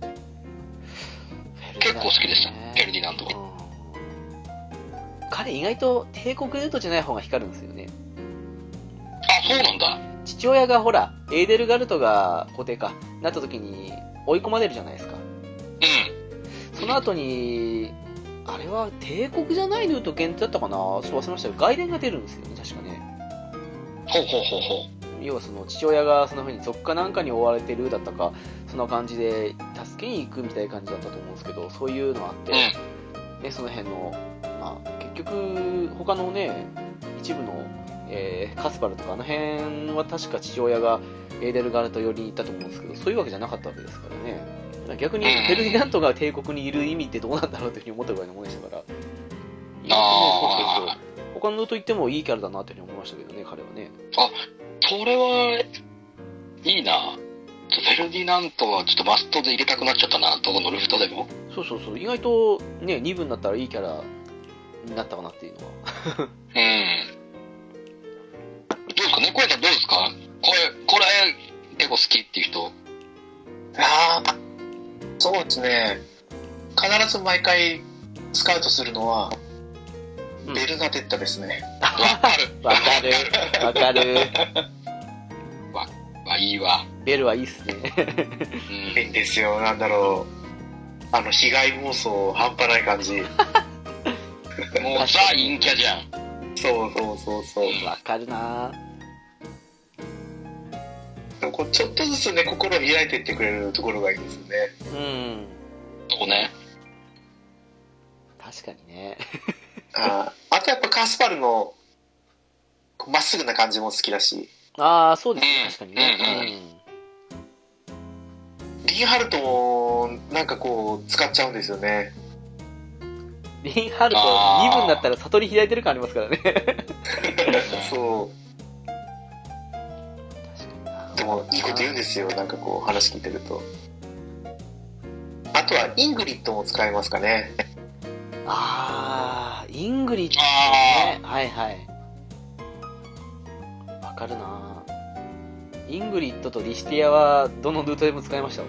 結構好きでした、フェルディナントは。 うん彼意外と帝国ルートじゃない方が光るんですよね。 あ、そうなんだ。 父親がほら、エーデルガルトが皇帝か、なった時に追い込まれるじゃないですか。 うん。 その後に、あれは帝国じゃないルート限定だったかな、ちょっと忘れましたけど、外伝が出るんですよね、確かね。 ほうほうほうほう。 要はその父親がその風に族かなんかに追われてるだったか、そんな感じで助けに行くみたいな感じだったと思うんですけど、そういうのがあって、 うん。 ね、その辺の、まあ、結局他のね一部の、えーカスパルとかあの辺は確か父親がエーデルガルト寄りに行ったと思うんですけど、そういうわけじゃなかったわけですからね。逆にフェルディナントが帝国にいる意味ってどうなんだろうというふうに思ったぐらいのものでしたから、意外とね、そうそうそう、他のルート行ってもいいキャラだなというふうに思いましたけどね、彼はね。 それは、いいな。フェルディナントはちょっとマストで入れたくなっちゃったな、どこのルフトでも。 そうそうそう、意外とね、に部になったらいいキャラになったかなっていうのは。 うん。どうですか、猫屋さんどうですか、これ、これ、結構好きっていう人。 ああ、そうですね。必ず毎回スカウトするのは、 うんベルナデッタですね。 わかる。 わかる、わかる。 わ、いいわ。 ベルはいいっすね。 うん。 いいんですよ、なんだろう。あの、被害妄想半端ない感じ。 もうザ・陰キャじゃん。 そうそうそうそう。 わかるな。 でもこうちょっとずつね、心を開いていってくれるところがいいですよね。 うん。 そうね。 確かにね。 あーあとやっぱカスパルのまっすぐな感じも好きだし、 ああ、そうですね、 うん確かにね。 リンハルトもなんかこう使っちゃうんですよね。 うん。リンハルトあーに部になったら悟り開いてる感ありますからね。 そ確かにな。 う。でもいいこと言うんですよ、なんかこう話聞いてると。あとはイングリッドも使えますかね。 ああ、イングリッドあね。はいはい。わかるな。イングリッドとリシティアはどのルートでも使いましたわ。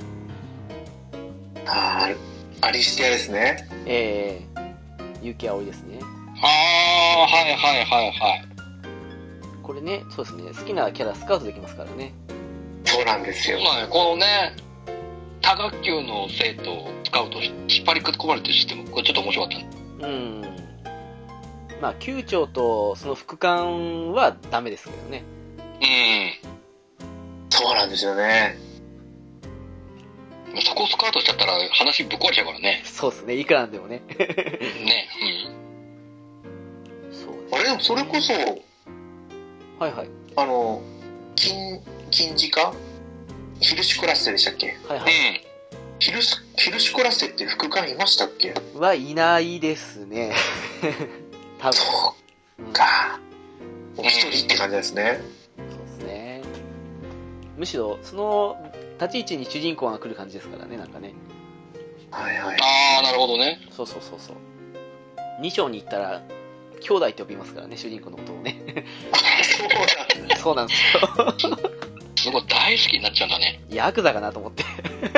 ああ、アリスティアですね。 ええー、勇気葵ですね。 ああ、はいはいはいはい。 これね、そうですね、好きなキャラスカウトできますからね。 そうなんですよ。 そうなのよ、このね、多学級の生徒を使うと引っ張り込まれてるシステム、これちょっと面白かったね。 うん。まあ、級長とその副官はダメですけどね。 うん。 そそうなんですよね。 そこをスカートしちゃったら話ぶっ壊れちゃうからね。 そうですね、いくらなんでもね。 ね、 そうですね。 あれでもそれこそ、 はいはい。 あの、金、金字かヒルシュクラッセでしたっけ？ うん。 はいはい。 ヒルス、ヒルシュクラッセって副官いましたっけ？ はいないですね。多分。 そうか。もう一人って感じですね。 そうですね。むしろ、その立ち位置に主人公が来る感じですからね、なんかね。 はいはい。 あー、なるほどね。 そうそうそうそう。に章に行ったら、兄弟って呼びますからね、主人公のことをね。 そうなんだ。 そうなんですよ。 すごい大好きになっちゃうんだね。 ヤクザかなと思って。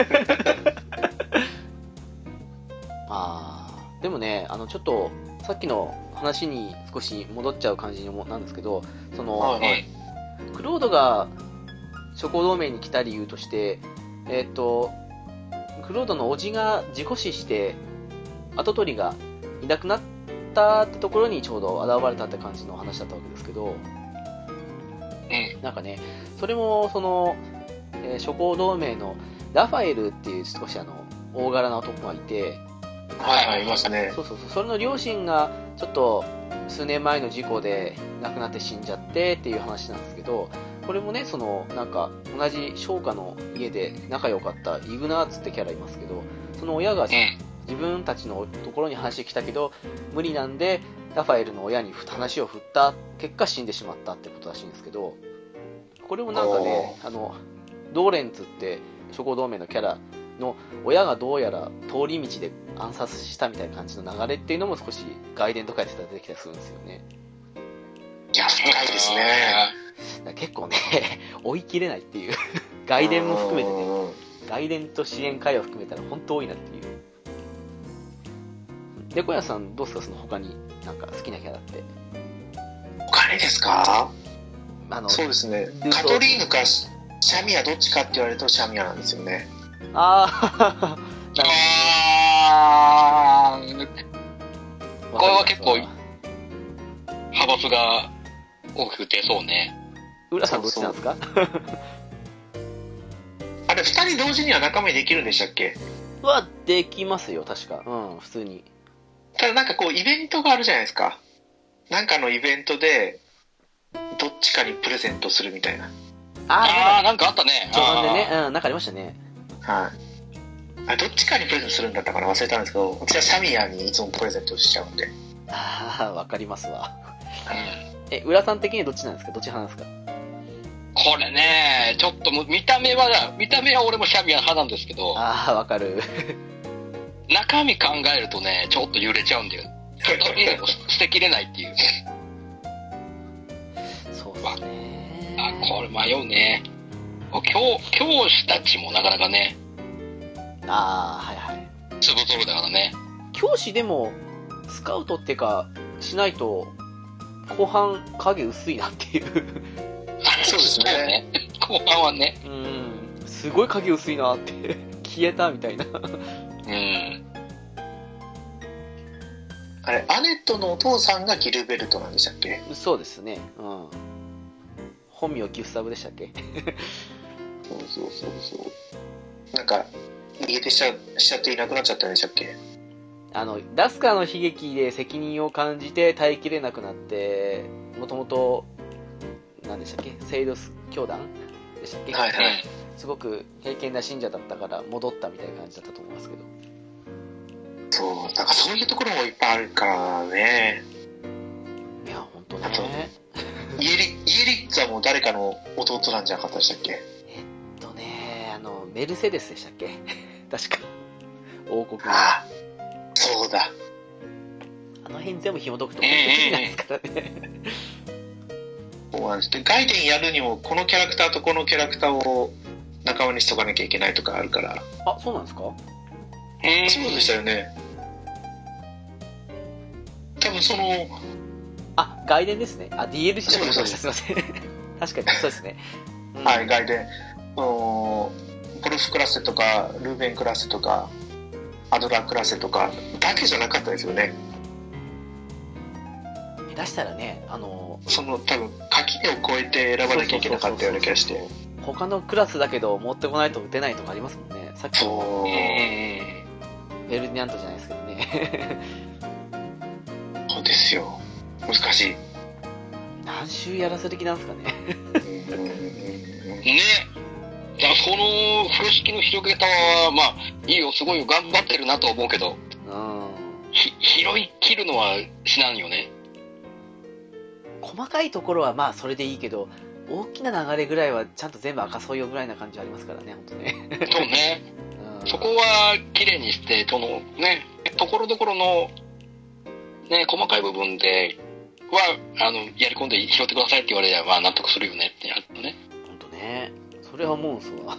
あー、でもね、あの、ちょっと、さっきの話に少し戻っちゃう感じなんですけど、その、 はいはい。 クロードが諸行同盟に来た理由として、えっと、クロードの叔父が事故死して、跡取りがいなくなったってところにちょうど現れたって感じの話だったわけですけど、 うん。 なんかね、それも、その、えー諸行同盟のラファエルっていう少しあの、大柄な男がいて、 はいはい、いますね。 そうそうそう、それの両親がちょっと数年前の事故で亡くなって死んじゃってっていう話なんですけど、これもね、そのなんか同じ商家の家で仲良かったイグナーツってキャラいますけど、その親がうん。 自分たちのところに話してきたけど無理なんでラファエルの親に話を振った結果死んでしまったってことらしいんですけど、これもなんかね、あのドーレンツって諸行同盟のキャラの親がどうやら通り道で暗殺したみたいな感じの流れっていうのも少し外伝とかやってたら出てきたりするんですよね。 いや、深いですね。 だから結構ね追い切れないっていう外伝も含めてね、 うん外伝と支援会を含めたら本当多いなっていう。で、小屋さんどうですか、その他になんか好きなキャラって。 他にですか？ あのそうですねルー。トカトリーヌかシャミアどっちかって言われるとシャミアなんですよね。 あーあー、これは結構わかりますわ派閥が大きく出そうね。 浦さんどっちなんですか？ あれ、二人同時には仲間にできるんでしたっけ？ はできますよ、確か。うん、普通に。 ただなんかこうイベントがあるじゃないですか。なんかのイベントでどっちかにプレゼントするみたいな。 あー、 あなんかあったね。 ー、序盤でね、 あーうん、なんかありましたね。 はい。あれどっちかにプレゼントするんだったかな、忘れたんですけど、私はシャミアにいつもプレゼントしちゃうんで。 あー、わかりますわ。 うん。 え、浦さん的にはどっちなんですか？どっち派なんですか？ これね、ちょっともう見た目は、見た目は俺もシャミアン派なんですけど、 あー、わかる。 中身考えるとね、ちょっと揺れちゃうんだよ。カトリーヌを捨てきれないっていう。 そうですね。 あ、これ迷うね。教、教師たちもなかなかね、 あー、はいはい。 つぶつぶだからね。 教師でも、スカウトってか、しないと、後半影薄いなっていう。 そうですねそうね。後半はね。 うん。すごい影薄いなって。消えたみたいな。 うん。 あれ、アネットのお父さんがギルベルトなんでしたっけ？ そうですね。うん。本名ギュスタブでしたっけ？ そうそうそうそう。なんか、逃げてしちゃしちゃっていなくなっちゃったんでしたっけ？ あの、ラスカーの悲劇で責任を感じて耐えきれなくなって、もともと、何でしたっけ？セイドス教団でしたっけ？ はいはい。 すごく敬虔な信者だったから戻ったみたいな感じだったと思いますけど。 そう、なんかそういうところもいっぱいあるからね。 いや、ほんとあとね。 イエリ、イエリッツはもう誰かの弟なんじゃなかったでしたっけ？ えっとね、あの、メルセデスでしたっけ？確か。王国の。 ああ、そうだ。 あの辺全部紐解くと本当にきりないですからね。 そうなんです。で、ガイデンやるにも、このキャラクターとこのキャラクターを仲間にしとかなきゃいけないとかあるから。 あ、そうなんですか？ うん。 そうでしたよね。多分その、 あ、外伝ですね。あ、ディーエルシー だと思いました。すいません。確かにそうですね。うんはい、ガイデン、あのポルフクラスとか、ルーベンクラスとか、アドラークラスとか、だけじゃなかったですよね。 下手したらね、あの、 その多分、垣根を越えて選ばなきゃいけなかったような気がして。 他のクラスだけど持ってこないと打てないとかありますもんね。さっきのそううん。 フェルディナントじゃないですけどね。 そうですよ。難しい。 何周やらせる気なんですかね。 うんうんうんうんね。だからその風呂敷の広げ方は、まあ、いいよ、すごいよ、頑張ってるなと思うけど、 うん。 ひ拾い切るのはしなんよね。 細かいところはまあそれでいいけど、大きな流れぐらいはちゃんと全部赤そうよぐらいな感じありますからね、本当ね。 そうね。 うん、 そこは綺麗にして、そのね、ところどころの、ね、細かい部分では、あの、やり込んで拾ってくださいって言われれば、まあ、納得するよねってやるとね。 本当ね。それは思うんすわ。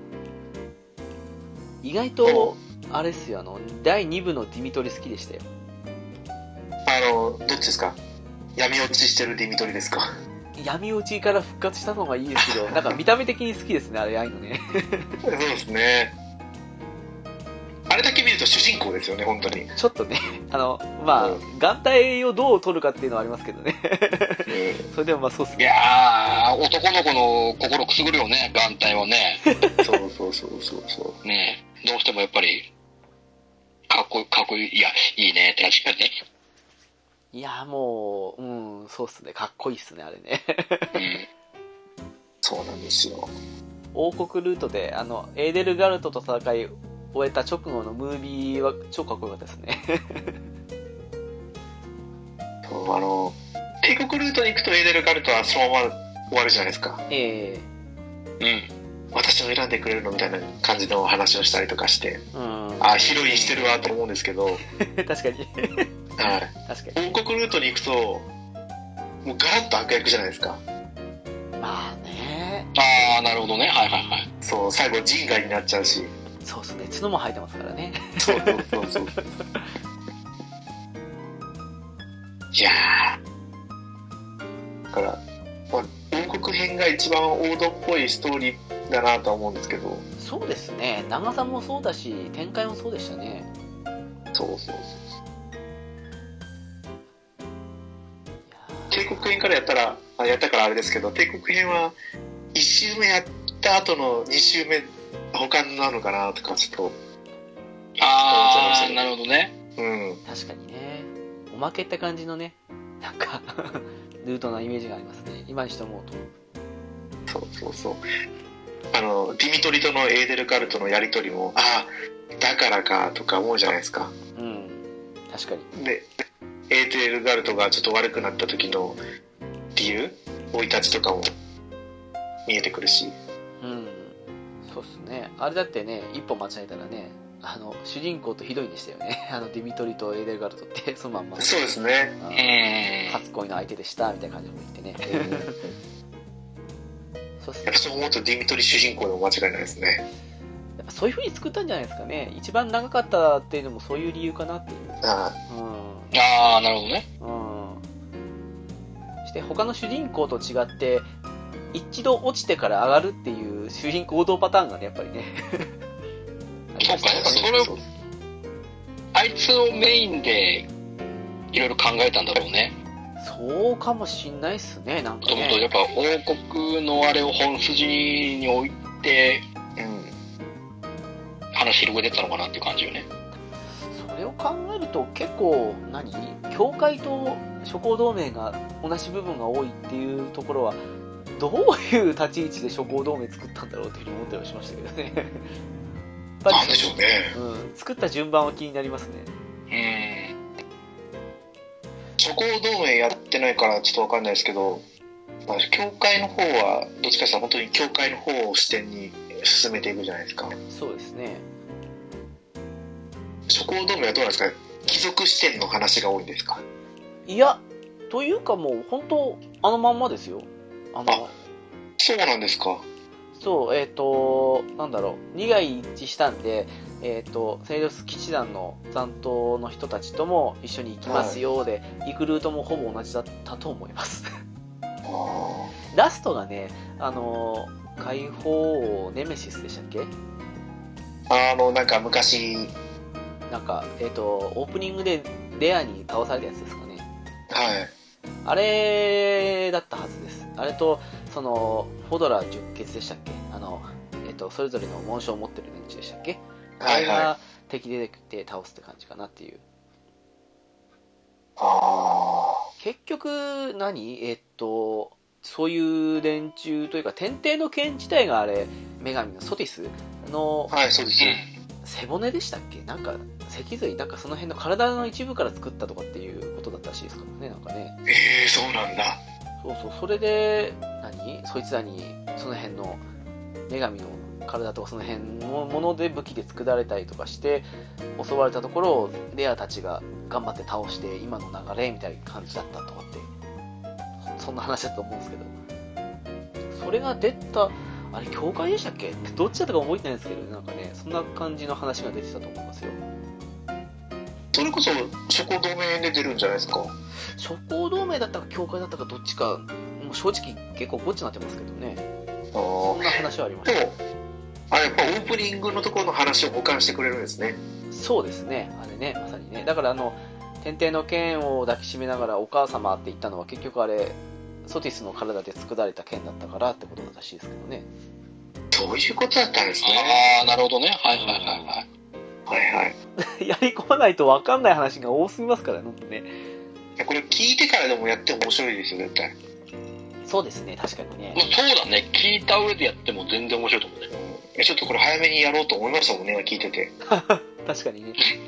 意外と、あれっすよ、あの、だいに部のディミトリ好きでしたよ。 あの、どっちですか？闇落ちしてるディミトリですか？ 闇落ちから復活したのがいいですけど、なんか見た目的に好きですね、あれ、ああいうのね。 そうですね。あれだけ見ると主人公ですよね、本当に。 ちょっとね、あの、まあ、 う眼帯をどう取るかっていうのはありますけどね。それでもまあそうっすね。 いやー、男の子の心くすぐるよね、眼帯はね。 そうそうそうそうそう。 ねどうしてもやっぱり、かっこいい、かっこいい、いや、いいねって感じがね。 いや、もう、うん、そうっすね。かっこいいっすね、あれね。 うん。 そうなんですよ。 王国ルートで、あの、エーデルガルトと戦い終えた直後のムービーは超かっこよかったですね。 そうあの、帝国ルートに行くとエーデルガルトはそのまま終わるじゃないですか。 えうん。 私を選んでくれるのみたいな感じの話をしたりとかして、 えうん。 あ、ヒロインしてるわと思うんですけど、はい。 確かに。確かに。 王国ルートに行くと、もうガラッと悪役じゃないですか。 まあね。 あー、なるほどね。はいはいはい。 そう、最後人外になっちゃうし。 そうっすね。角も生えてますからね。 そうそうそうそう。いやー。だから、まあ、王国編が一番王道っぽいストーリーだなとは思うんですけど、 そうですね。長さもそうだし、展開もそうでしたね。 そうそうそう。 いや帝国編からやったら、あやったからあれですけど、帝国編はいち周目やった後のに周目、他なのかなとか、ちょっあー、なるほどね。 と、うん。 ー確かにね。おまけって感じのね、なんか、ルートなイメージがありますね。今にして思うと。 そうそうそう。あの、ディミトリとのエーデルガルトのやりとりも、ああ、だからかとか思うじゃないですか。 うん。確かに。 で、エーデルガルトがちょっと悪くなった時の理由、生い立ちとかも見えてくるし。 うん。そうっすね。あれだってね、一歩間違えたらね、あの、主人公とひどいんでしたよね。あの、ディミトリとエーデルガルトって、そのまんま。 そうですね。 あのうーん。 初恋の相手でした、みたいな感じも言ってね。そうっすねやっぱ。そう思うとディミトリ主人公でも間違いないですね。 やっぱそういう風に作ったんじゃないですかね。一番長かったっていうのもそういう理由かなっていう。 ああー、なるほどね。 うん。うん。して他の主人公と違って、一度落ちてから上がるっていう主人公動パターンがね、やっぱりね。 そうか、やっぱそれを、あいつをメインで、いろいろ考えたんだろうね。 そうかもしんないっすね、なんかもともとやね。 っぱ王国のあれを本筋に置いて、 うん。 話広げてったのかなっていう感じよね。 それを考えると結構何教会と諸行同盟が同じ部分が多いっていうところはどういう立ち位置で諸行同盟作ったんだろうっていうふうに思ったりはしましたけどね。やっぱりなんでしょうね。 うん、作った順番は気になりますね。 うーん。 諸行同盟やってないからちょっとわかんないですけど、まあ、教会の方は、どっちかというと本当に教会の方を視点に進めていくじゃないですか。 そうですね。 諸行同盟はどうなんですか？貴族視点の話が多いんですか？ いや、というかもう本当あのまんまですよ。あの、 あそうなんですか。 そう、えっ、と、なんだろう、利害一致したんで、えっ、と、セイドス騎士団の残党の人たちとも一緒に行きますよで、行くルートもほぼ同じだったと思います。 あラストがね、あの、解放王ネメシスでしたっけ？ ーあの、なんか昔、 なんか、えっ、と、オープニングでレアに倒されたやつですかね。 はい。 あれだったはずです。あれと、その、フォドラ十傑でしたっけ、あの、えっと、それぞれの紋章を持ってる連中でしたっけ、あれが敵できて倒すって感じかなっていう。 あ結局何、えっとそういう連中というか天帝の剣自体があれ女神のソティスの、 あ。はい、そうです。 背骨でしたっけ、なんか脊髄、なんかその辺の体の一部から作ったとかっていうことだったらしいですからね、なんかね。 ええー、そうなんだ。 そうそう、それで何そいつらにその辺の女神の体とかその辺のもので武器で作られたりとかして襲われたところをレアたちが頑張って倒して今の流れみたいな感じだったとかって、そんな話だと思うんですけど、それが出たあれ教会でしたっけ、どっちだったか覚えてないんですけど、なんかねそんな感じの話が出てたと思いますよ。 それこそ諸行同盟で出るんじゃないですか。 諸行同盟だったか教会だったかどっちか、もう正直結構ぼっちになってますけどね。そんな話はありました。 でもあれやっぱオープニングのところの話を補完してくれるんですね。 そうですね、あれね、まさにね。だからあの天帝の剣を抱きしめながらお母様って言ったのは結局あれソティスの体で作られた剣だったからってことらしいですけどね。 そういうことだったんですね。 ああ、なるほどね。はいはいはいはい。 はいはい。 やり込まないと分かんない話が多すぎますからね、本当ね。 これ聞いてからでもやって面白いですよ、絶対。 そうですね、確かにね。 まあ、そうだね。聞いた上でやっても全然面白いと思うね。 うん、ちょっとこれ早めにやろうと思いましたもんね、聞いてて。 確かにね。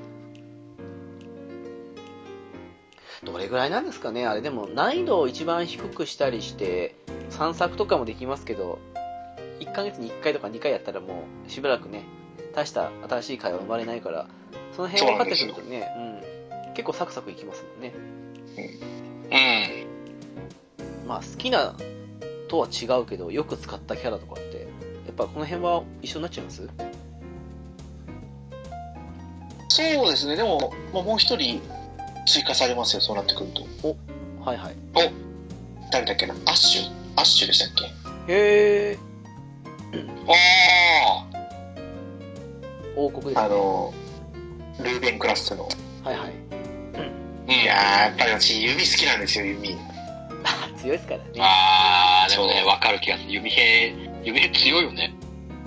どれぐらいなんですかね、あれ。でも難易度を一番低くしたりして散策とかもできますけど、いっかげつにいっかいとかにかいやったらもうしばらくね、大した新しい会話生まれないから、その辺分かってくるとね、うん、結構サクサクいきますもんね。 うん。 まあ好きなとは違うけど、よく使ったキャラとかってやっぱこの辺は一緒になっちゃいます？ そうですね、でも、まあ、もう一人追加されますよ、そうなってくると。 お、はいはい。 お、誰だっけな、アッシュアッシュでしたっけ。 へえ。 ああ。 王国ですね。 あのルーベンクラスの。 はいはい。 うん、 いやー、やっぱり私弓好きなんですよ、弓。 強いですからね。 ああ、でもね、わかる気がする。弓兵、弓兵強いよね。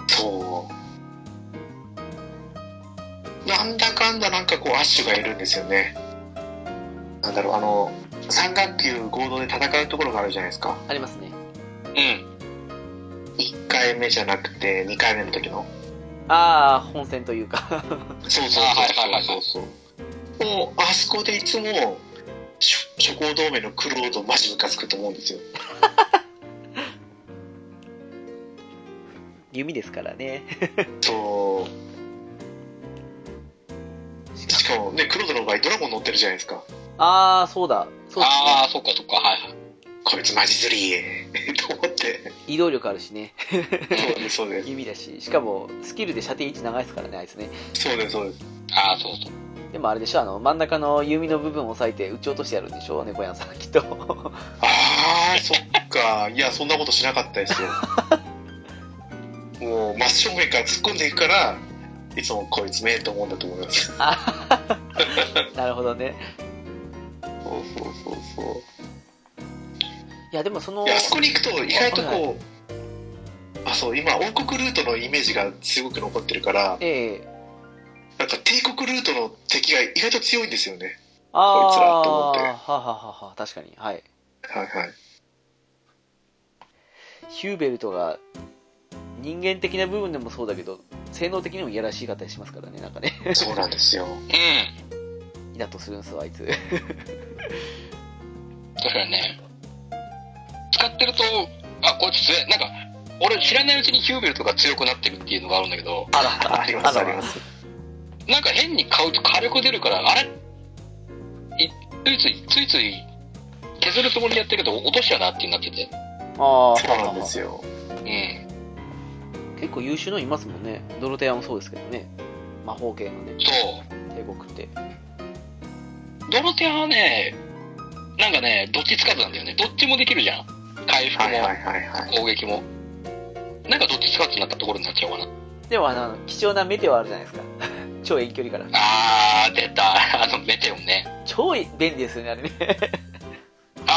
そうなんだかんだなんかこうアッシュがいるんですよね。なんだろう、あの三学級合同で戦うところがあるじゃないですか。 ありますね。 うん。 いっかいめじゃなくてにかいめの時の。 ああ、本戦というか。 そうそうそうそうそうそう。もうあそこでいつも諸行同盟のクロードマジムカつくと思うんですよ。 弓ですからね。 そう。しかもね、クロードの場合ドラゴン乗ってるじゃないですか。 ああ、そうだ。そうですね。 ああ、そっかそっか、はいはい。 こいつマジずりーと思って。 移動力あるしね。 そうですそうです。 弓だし、しかもスキルで射程位置長いですからね、あいつね。 そうですそうです。 ああ、そうそう。 でもあれでしょ、あの真ん中の弓の部分を押さえて撃ち落としてやるんでしょ、猫やんさんきっと。 ああ、そっか。いや、そんなことしなかったですよ。もう真正面から突っ込んでいくから、いつもこいつめえと思うんだと思います。 なるほどね。 そうそうそうそう。 いやでもその、 いや、あそこに行くと意外とこう、 はいはい、 あ、そう、今王国ルートのイメージがすごく残ってるから、 ええ、 なんか帝国ルートの敵が意外と強いんですよね。 あこいつらと思って。 はははは、確かに、はい。 はいはい。 ヒューベルトが人間的な部分でもそうだけど、性能的にもいやらしい方しますからね、なんかね。 そうなんですよ。 うん。 イラッとするんですよ、あいつ。 確かにね。使ってると、あ、こいつ強い。なんか、俺知らないうちにヒューベルトが強くなってるっていうのがあるんだけど、 あら、 ありますあります。 なんか変に買うと火力出るから、あれいついつい、ついつい削るつもりでやってるけど、落としやなってなってて。 ああ、 そうなんですよ。 うん。 結構優秀のいますもんね。ドロテアもそうですけどね。魔法系のね。 そう。 帝国って。 ドロテアはね、なんかね、どっちつかずなんだよね。どっちもできるじゃん。回復も、 はいはいはいはい、 攻撃も。なんかどっちつかずになったところになっちゃうかな。 でもあの、貴重なメテオあるじゃないですか。超遠距離から。 あー、出た。あの、メテオンね。 超便利ですよね、あれね。 あ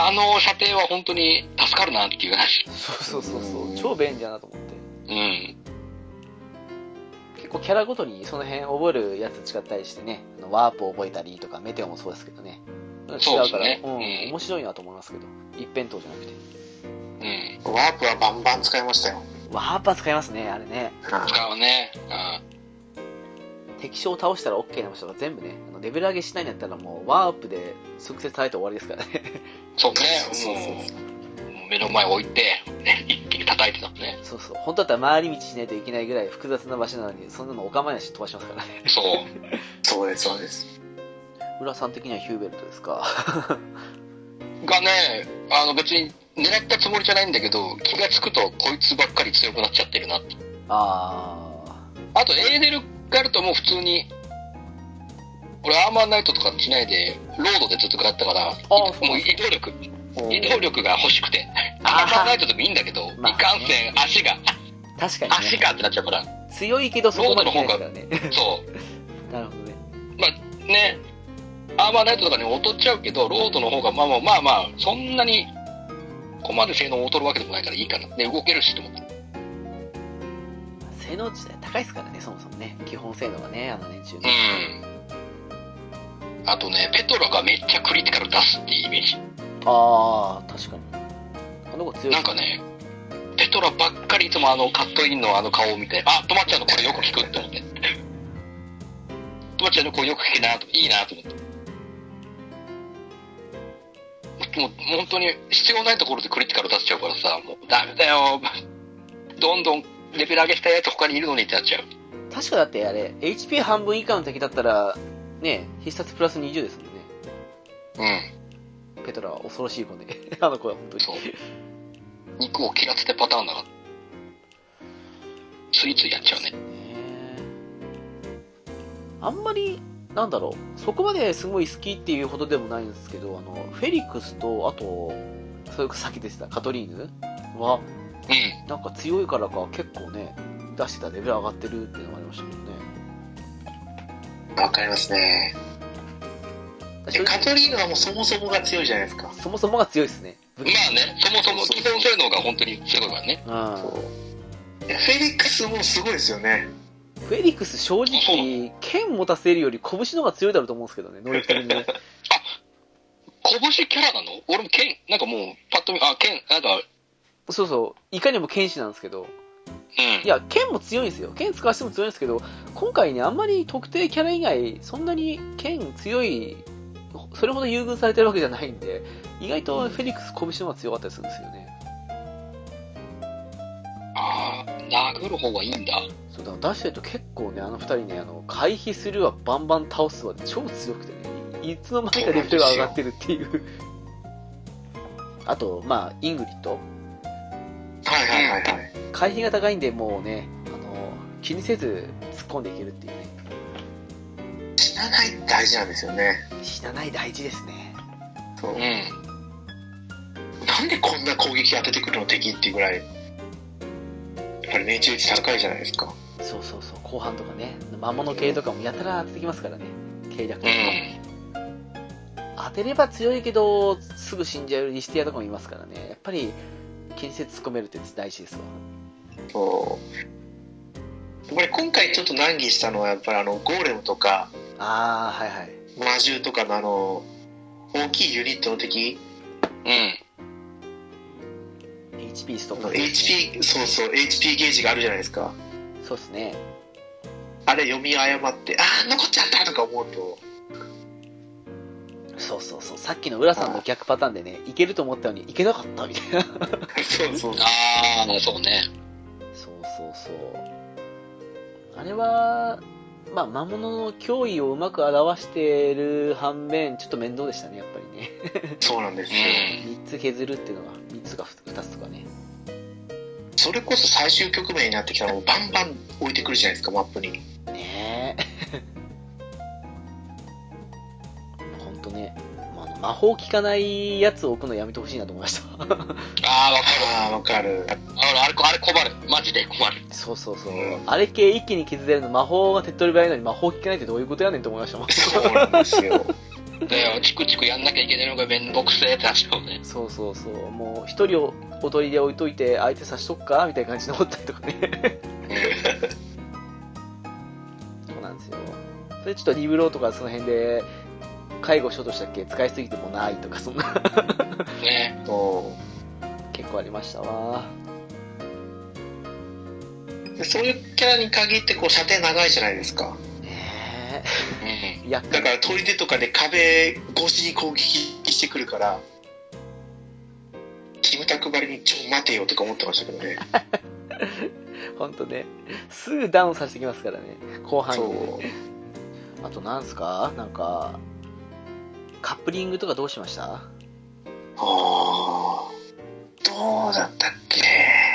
あの射程は本当に助かるなっていう話。 そうそうそうそう、超便利だなと思って。 うん。 結構キャラごとにその辺覚えるやつ違ったりしてね、ワープを覚えたりとか、メテオもそうですけどね。違うから、 ね、 うん、 うん、 面白いなと思いますけど、一辺倒じゃなくて。 うん。 ワープはバンバン使いましたよ。 ワープは使いますね、あれね。 使うね。 うん。敵将を倒したら OK な場所が全部ね、あのレベル上げしないんだったらもうワープで直接叩いて終わりですからね。 そうね。 そうそうそう。 もう目の前置いて、ね、一気に叩いてたもんね。 そうそう。本当だったら回り道しないといけないぐらい複雑な場所なのに、そんなのお構いなし飛ばしますからね。 そう。 そうです、そうです。 浦さん的にはヒューベルトですか？ がね、あの別に狙ったつもりじゃないんだけど、気がつくとこいつばっかり強くなっちゃってるなって。 ああとエーデルガルトも普通に、俺アーマーナイトとかしないで、ロードでずっと食らったから、もう移動力、移動力が欲しくて、アーマーナイトでもいいんだけど、まあね、いかんせん足が、 確かに、ね、 足がってなっちゃうから。 強いけどそこまでいけないからね。 そう。 なるほどね。 まあね、アーマーナイトとかに劣っちゃうけど、ロードの方がまあまあまあまあ、そんなに、ここまで性能を劣るわけでもないからいいかな。で、動けるしと思って。 性能値高いですからね、そもそもね。基本性能がね、あの年中ね。うん。あとね、ペトラがめっちゃクリティカル出すっていうイメージ。 ああ、確かに。あの子強い、ね。 なんかね、ペトラばっかりいつもあのカットインのあの顔を見て、あ、トマちゃんのこれよく聞くって思って。トマちゃんの声よく聞けなと、いいなと思って。もう本当に必要ないところでクリティカル出しちゃうからさ、もうダメだよ。どんどんレベル上げしたやつ他にいるのにってなっちゃう。 確かだってあれ、エイチピー 半分以下の敵だったら、ね、必殺プラスにじゅうですもんね。うん。ペトラは恐ろしい子ね。あの子は本当に。そう。 肉を切らせてパターンだから。ついついやっちゃうね。 あんまり、なんだろう、そこまですごい好きっていうほどでもないんですけど、あの、フェリックスと、あと、それこそさっき出てたカトリーヌは、 うん。 なんか強いからか結構ね、出してたレベル上がってるっていうのがありましたけどね。 わかりますね。カトリーヌはもうそもそもが強いじゃないですか。 そもそもが強いですね。 まあね、そもそも基本性能が本当に強いからね。 うん。 そう。いや、フェリックスもすごいですよね。 フェリックス正直、剣持たせるより拳の方が強いだろうと思うんですけどね、能力的にね。 あ、拳キャラなの？俺も剣、なんかもう、パッと見、あ、剣、なんか。 そうそう、いかにも剣士なんですけど。 うん。 いや、剣も強いんですよ。剣使わせても強いんですけど、今回ね、あんまり特定キャラ以外、そんなに剣強い、それほど優遇されてるわけじゃないんで、意外とフェリックス拳の方が強かったりするんですよね。 ああ、殴る方がいいんだ。 そうだ、出してると結構ね、あの二人ね、あの、回避するわ、バンバン倒すわ、超強くてね、いつの間にかレベルが上がってるっていう。あと、まあ、イングリッド。 はいはいはいはい。 回避が高いんで、もうね、あの、気にせず突っ込んでいけるっていうね。 死なない大事なんですよね。 死なない大事ですね。 そう。 うん。 なんでこんな攻撃当ててくるの敵っていうぐらい。やっぱり命中率高いじゃないですか。 そうそうそう、後半とかね、魔物系とかもやたら当ててきますからね、計略とか、うん、当てれば強いけどすぐ死んじゃうリスティアとかもいますからね、やっぱり気にせず突っ込めるって大事ですわ。 そうやっぱり今回ちょっと難儀したのはやっぱりあのゴーレムとか、 ああはいはい、 魔獣とかのあの大きいユニットの敵、 うん、 エイチピー ストップ、 エイチピー、そうそう エイチピー ゲージがあるじゃないですか。 そうですね。 あれ読み誤ってああ残っちゃったとか思うと、 そうそうそう、さっきの浦さんの逆パターンでね、いけると思ったのにいけなかったみたいな。 そうそうああそうね。 そうそうそう。あれはまあ魔物の脅威をうまく表してる反面ちょっと面倒でしたね、やっぱりね。 そうなんですよ。 みっつ削るっていうのがみっつかふたつとかね。 それこそ最終局面になってきたらもうバンバン置いてくるじゃないですか、マップに。 ねえ。ほんとね、まあ、魔法効かないやつを置くのやめてほしいなと思いました。 ああ、わかる。 ああ、わかる。 あれ、あれ、あれ困る。マジで困る。 そうそうそう。うん、あれ系一気に削れるの、魔法が手っ取り早いのに魔法効かないってどういうことやねんと思いましたもん。 そうなんですよ。 で、チクチクやんなきゃいけないのがめんどくせえってなっちゃうね。 そうそうそう。もう一人を踊りで置いといて相手さしとくかみたいな感じで思ったりとかね。そうなんですよ。それちょっとリブローとかその辺で介護しようとしたっけ使いすぎてもないとかそんなね。 そう結構ありましたわ。 でそういうキャラに限ってこう射程長いじゃないですか。 ねうん。 え。やっだから砦とかで壁越しに攻撃してくるからキムタクばりにちょ待てよとか思ってましたけどね。 ほんとね。すぐダウンさせてきますからね。後半に、ね。 そうあとなんすかなんか、カップリングとかどうしました？ ああどうだったっけ。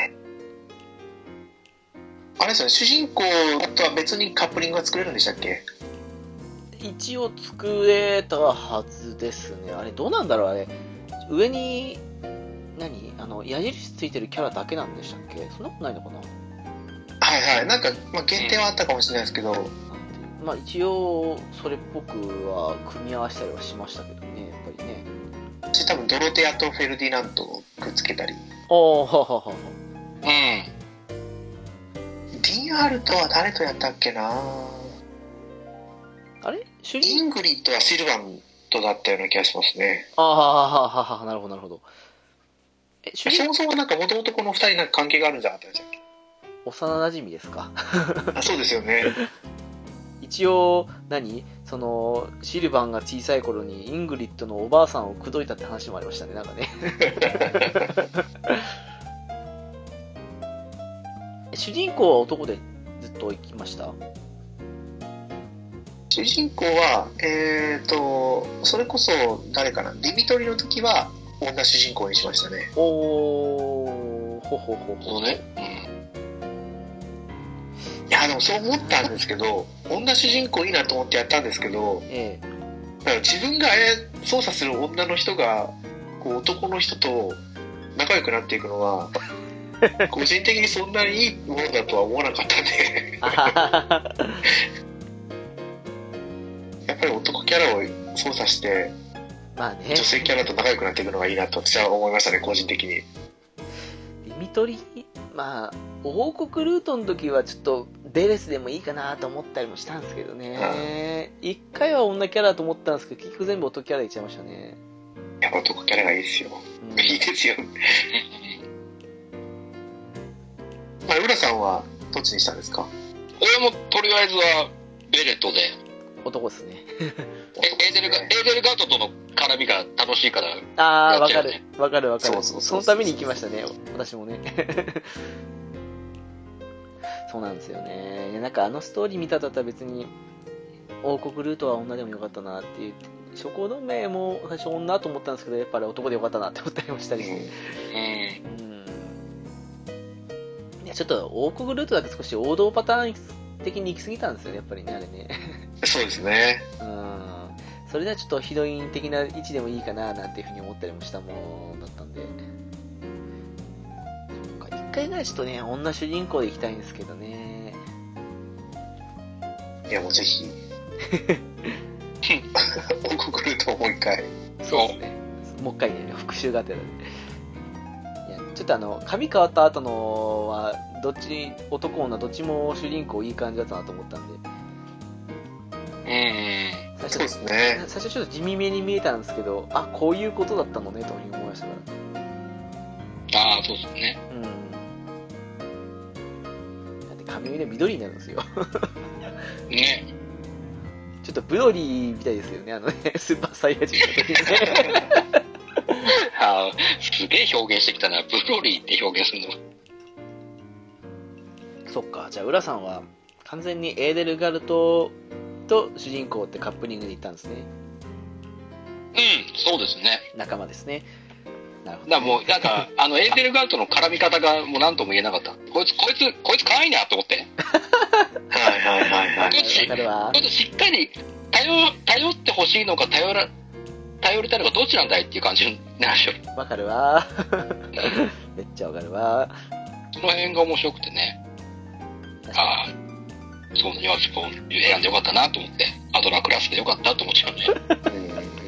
あれですよね、主人公とは別にカップリングが作れるんでしたっけ？ 一応作れたはずですね。あれどうなんだろうあれ。上に、何あの、矢印ついてるキャラだけなんでしたっけ？そんなことないのかな？ はいはい。なんか、まあ、限定はあったかもしれないですけど、 まあ一応、それっぽくは組み合わせたりはしましたけどね、やっぱりね。 私多分ドロテアとフェルディナンドをくっつけたり。 おー、はははは。 うん。 ディンアルトは誰とやったっけな。 あれ主イ人ングリッドはシルバンとだったような気がしますね。 あーははははは、なるほどなるほど。え、主人そもそもなんかもともとこの二人なんか関係があるんじゃなかったんでしたっけ？ 幼馴染ですか？ あ、そうですよね。 一応、何その、シルバンが小さい頃にイングリッドのおばあさんを口説いたって話もありましたね、なんかね。主人公は男でずっと行きました？ 主人公は、えーと、それこそ誰かな、ディミトリの時は女主人公にしましたね。 おー、ほほほほ。 そうね。 いや、でもそう思ったんですけど、女主人公いいなと思ってやったんですけど、 ええ。 だから自分が操作する女の人がこう男の人と仲良くなっていくのは個人的にそんなにいいものだとは思わなかったんであははやっぱり男キャラを操作してまあね。 女性キャラと仲良くなっていくのがいいなと私は思いましたね、個人的に。 ディミトリ、まあ、王国ルートの時はちょっとベレスでもいいかなと思ったりもしたんですけどね。一回は女キャラと思ったんですけど、結局全部男キャラいっちゃいましたね。 やっぱ男キャラがいいですよ。 うん、 いいですよ。まあ、浦さんはどっちにしたんですか？ 俺もとりあえずはベレットで、 男ですね。 エーデルガ、エーデルガートとの絡みが楽しいから。 ああ、わかるやっちゃうね。 わかるわかる。 そうそうそうそうそのために行きましたね、私もね。そうなんですよね。いやなんかあのストーリー見たとったら別に、王国ルートは女でもよかったなっていう。諸行同盟も最初女と思ったんですけど、やっぱり男でよかったなって思ったりもしたりして。 うん。 うん。いや、ちょっと王国ルートだけ少し王道パターン的に行き過ぎたんですよね、やっぱりね、あれね。 そうですね。 うん。それではちょっとヒロイン的な位置でもいいかななんていうふうに思ったりもしたものだったんで。そっか、一回ぐらいちょっとね、女主人公で行きたいんですけどね。 いや、もうぜひ。王国ルートをもう一回。 そうですね。もう一回ね、復習がてらで。いや、ちょっとあの、髪変わった後のは、どっち、男女どっちも主人公いい感じだったなと思ったんで。 うん。 最初そうですね。 最初ちょっと地味めに見えたんですけど、あ、こういうことだったのねというふうに思いましたから。 ああ、そうですね。 うん。だって髪色緑になるんですよ。 ね。 ちょっとブロリーみたいですよね、あのね、スーパーサイヤ人の時にね。 ああ、すげえ表現してきたな。ブロリーって表現するの。 そっか、じゃあ浦さんは完全にエーデルガルトと主人公ってカップリングで行ったんですね。 うん、そうですね。 仲間ですね。なるほど、ね。 だからもう、なんか、あの、エーデルガルトの絡み方がもう何とも言えなかった。こいつ、こいつ、こいつ可愛いなと思って。 はいはいはいはい。 ちょっとしわかるわちょっとしっかり頼、頼ってほしいのか頼ら、頼りたいのかどっちなんだいっていう感じになるでしょ。 わかるわ。めっちゃわかるわ。 その辺が面白くてね。ああ、そういうニュアンスを選んでよかったなと思って、アドラークラスでよかったと思っちゃうね。 うん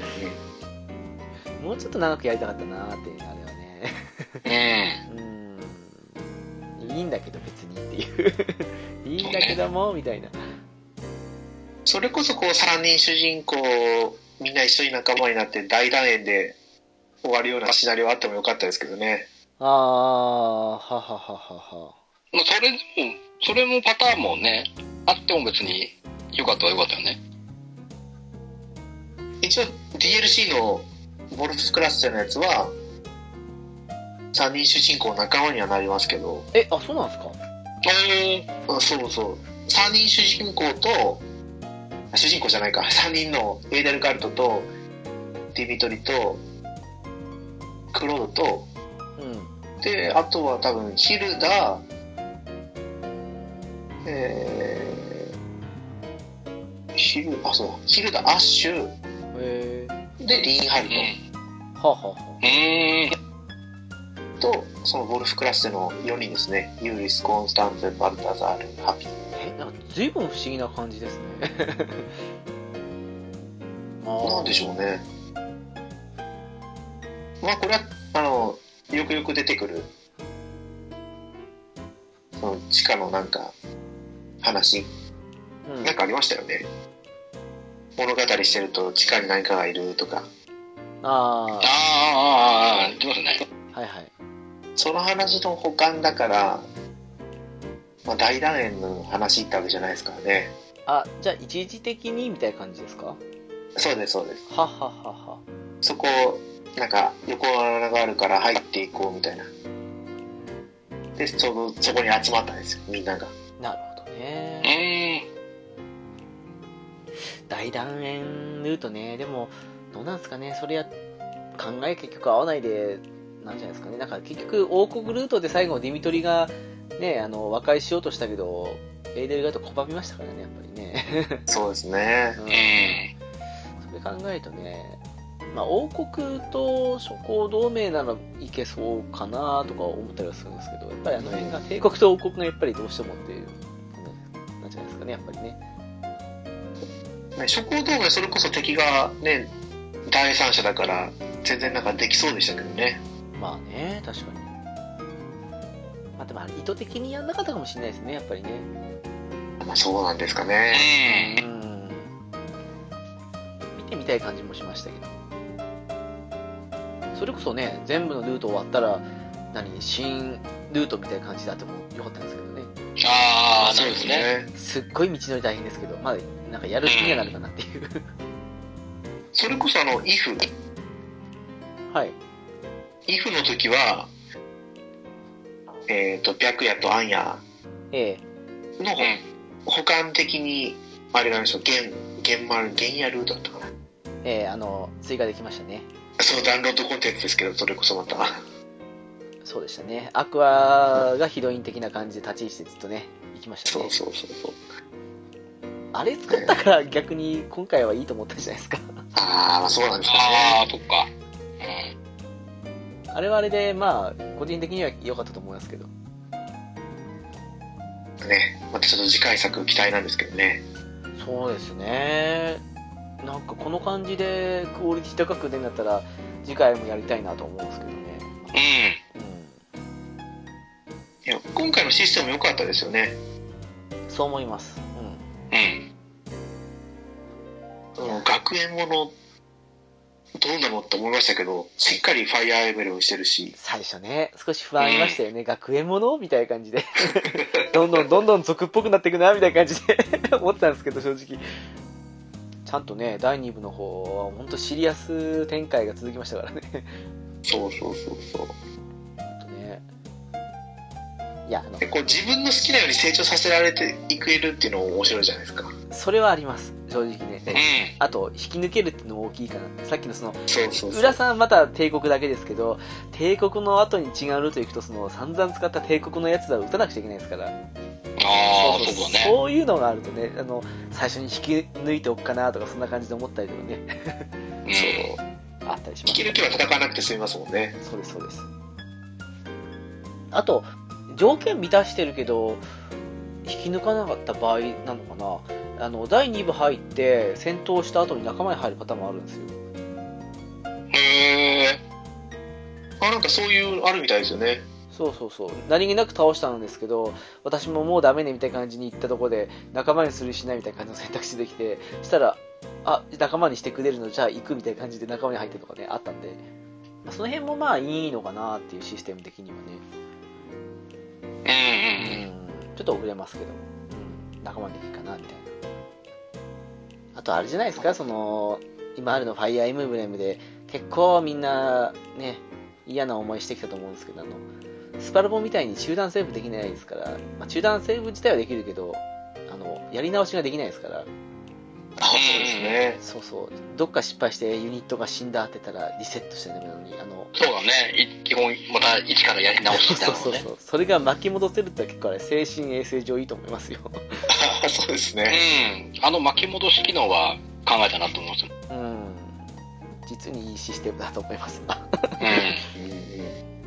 もうちょっと長くやりたかったなーって、あれはね。 うん。 うーん。いいんだけど別にっていう。いいんだけども、みたいな。 それこそこうさんにん主人公、みんな一緒に仲間になって大団円で終わるようなシナリオあってもよかったですけどね。 あー、ははははは。 まあ、それでも、それもパターンもね、あっても別によかったはよかったよね。 一応 ディーエルシー のボルスクラスのやつは、さんにん主人公仲間にはなりますけど。 え、あ、そうなんですか？ おー。 あ、そうそう。さんにん主人公と、主人公じゃないか、さんにんのエーデルガルトと、ディミトリと、クロードと、 うん。 で、あとは多分、ヒルダ、えー、ヒル、あ、そう、ヒルダ、アッシュ、 へー。 で、リーンハルうん。 ははは。 うーん。 トと、そのボルフクラスでのよにんですね。ユーリス、コンスタンゼ、バルタザール、ハピー。 え、なんか随分不思議な感じですね。 なんでしょうね。まあこれは、あの、よくよく出てくる、その地下のなんか、話、 うん。 なんかありましたよね。物語してると地下に何かがいるとか。 ああーあー、あーあー、言ってますね。 ー、はいはい。 その話の補完だから、まあ大団円の話ってわけじゃないですからね。 あ、じゃあ一時的にみたいな感じですか？ そうです、そうです。 はははは。 そこ、なんか横穴があるから入っていこうみたいな。で、その、そこに集まったんですよ、みんなが。 なるほどうね。 ーん。 大団円ルートね。でも、どうなんですかね。それや、考え結局合わないで、なんじゃないですかね。なんか結局王国ルートで最後ディミトリが、ね、あの、和解しようとしたけど、エーデルガルト拒みましたからね、やっぱりね。 そうですね。 うんうん。 それ考えるとね、まあ、王国と諸侯同盟ならいけそうかなとか思ったりはするんですけど、やっぱりあの辺が帝国と王国がやっぱりどうしてもっていう、なんじゃないですかね、やっぱりね。 ね、諸行同盟それこそ敵がね、第三者だから、全然なんかできそうでしたけどね。 まあね、確かに。まあでも意図的にやんなかったかもしれないですね、やっぱりね。 まあそうなんですかね。 う。 うんん。見てみたい感じもしましたけど。それこそね、全部のルート終わったら、何、新ルートみたいな感じであってもよかったんですけどね。 ああ、 そそううですね。。 すっごい道のり大変ですけど、まあ、なんかやる気にはなるかなっていう。 それこそあの、イフ。 はい。 イフの時は、えっ、と、白夜とアンヤええ。 のうん。 補完的に、あれなんでしょう、玄、玄丸、玄夜ルートだったかな。 ええ、あの、追加できましたね。 そのダウンロードコンテンツですけど、それこそまた。 そうでしたね。アクアがヒロイン的な感じで立ち位置でずっとね、行きましたね。 そうそうそうそう。 あれ作ったから逆に今回はいいと思ったじゃないですか。 あー、まあそうなんですかああ、 ね。 そっか。 あれはあれで、まあ、個人的には良かったと思いますけど。 ね、またちょっと次回作期待なんですけどね。 そうですね。なんかこの感じでクオリティ高く出るんだったら、次回もやりたいなと思うんですけどね。 うん。 ういや、今回のシステム良かったですよね。 ん。そう思います。うん。 うん。 あの学園もの、どうなのって思いましたけど、しっかりファイアーエムブレムしてるし。 最初ね、少し不安ありましたよね。学園ものみたいな感じで。どんどんどんどん俗っぽくなっていくな、みたいな感じで思ったんですけど、正直。ちゃんとね、だいに部の方は、ほんとシリアス展開が続きましたからね。 そうそうそうそう。 ほんとね。いや、あので、こう自分の好きなように成長させられていくれるっていうのも面白いじゃないですか。 それはあります。正直ね。 うん。 あと、引き抜けるっていうのも大きいかなって。さっきのその、 そうそうそう。 浦さんはまた帝国だけですけど、帝国の後に違うルート行くと、その散々使った帝国のやつらを撃たなくちゃいけないですから。 ああ、そうだね。 そういうのがあるとね、あの、最初に引き抜いておくかなとか、そんな感じで思ったりとかね、 うん。 そう。 あったりします。 引き抜きは戦わなくて済みますもんね。 そうです、そうです。あと、条件満たしてるけど、引き抜かなかった場合なのかな。あの、だいに部入って、戦闘した後に仲間に入るパターンもあるんですよ。 へかそういうあるみたいですよね。 そうそうそう。何気なく倒したんですけど、私ももうダメねみたいな感じに言ったところで、仲間にするしないみたいな感じの選択肢できて、したら、あ、仲間にしてくれるのじゃあ行くみたいな感じで仲間に入ってるとかね、あったんで、まあ、その辺もまあいいのかなっていうシステム的にはね。 うんうんうん。 うん、ちょっと遅れますけど、うん、仲間でいいかなみたいな。あとあれじゃないですか、その、今あるのファイアーエムブレムで、結構みんなね、嫌な思いしてきたと思うんですけど、あの、スパルボみたいに中断セーブできないですから、まあ、中断セーブ自体はできるけど、あの、やり直しができないですから、 あ、そうですね。 そうそう、どっか失敗してユニットが死んだって言ったらリセットしてダメなのに、あの、 そうだね。い基本、また一からやり直しだそうもんね。 そうそう、それが巻き戻せるって結構あれ、精神衛生上いいと思いますよ。 あ、そうですね。 うん。あの巻き戻し機能は考えたなと思います。 うん。実にいいシステムだと思いますが。 うん。 うんうん、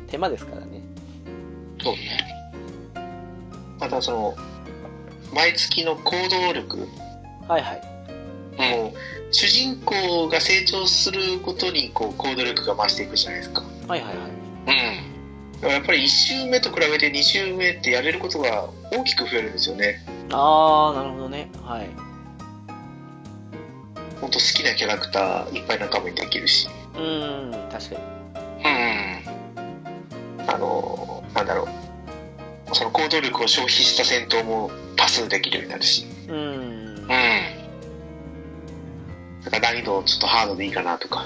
手間ですからね。 そうね。 またその、毎月の行動力はいはい。 もう、主人公が成長することにこう行動力が増していくじゃないですか。 はいはいはい。 うん。 だからやっぱりいち周目と比べてに周目ってやれることが大きく増えるんですよね。 あー、なるほどね。はい。 本当好きなキャラクターいっぱい仲間にできるし、 うーん、確かに。 うん。 あのなんだろう、その行動力を消費した戦闘も多数できるようになるし、 うーん。 うん。 だから難易度ちょっとハードでいいかなとか。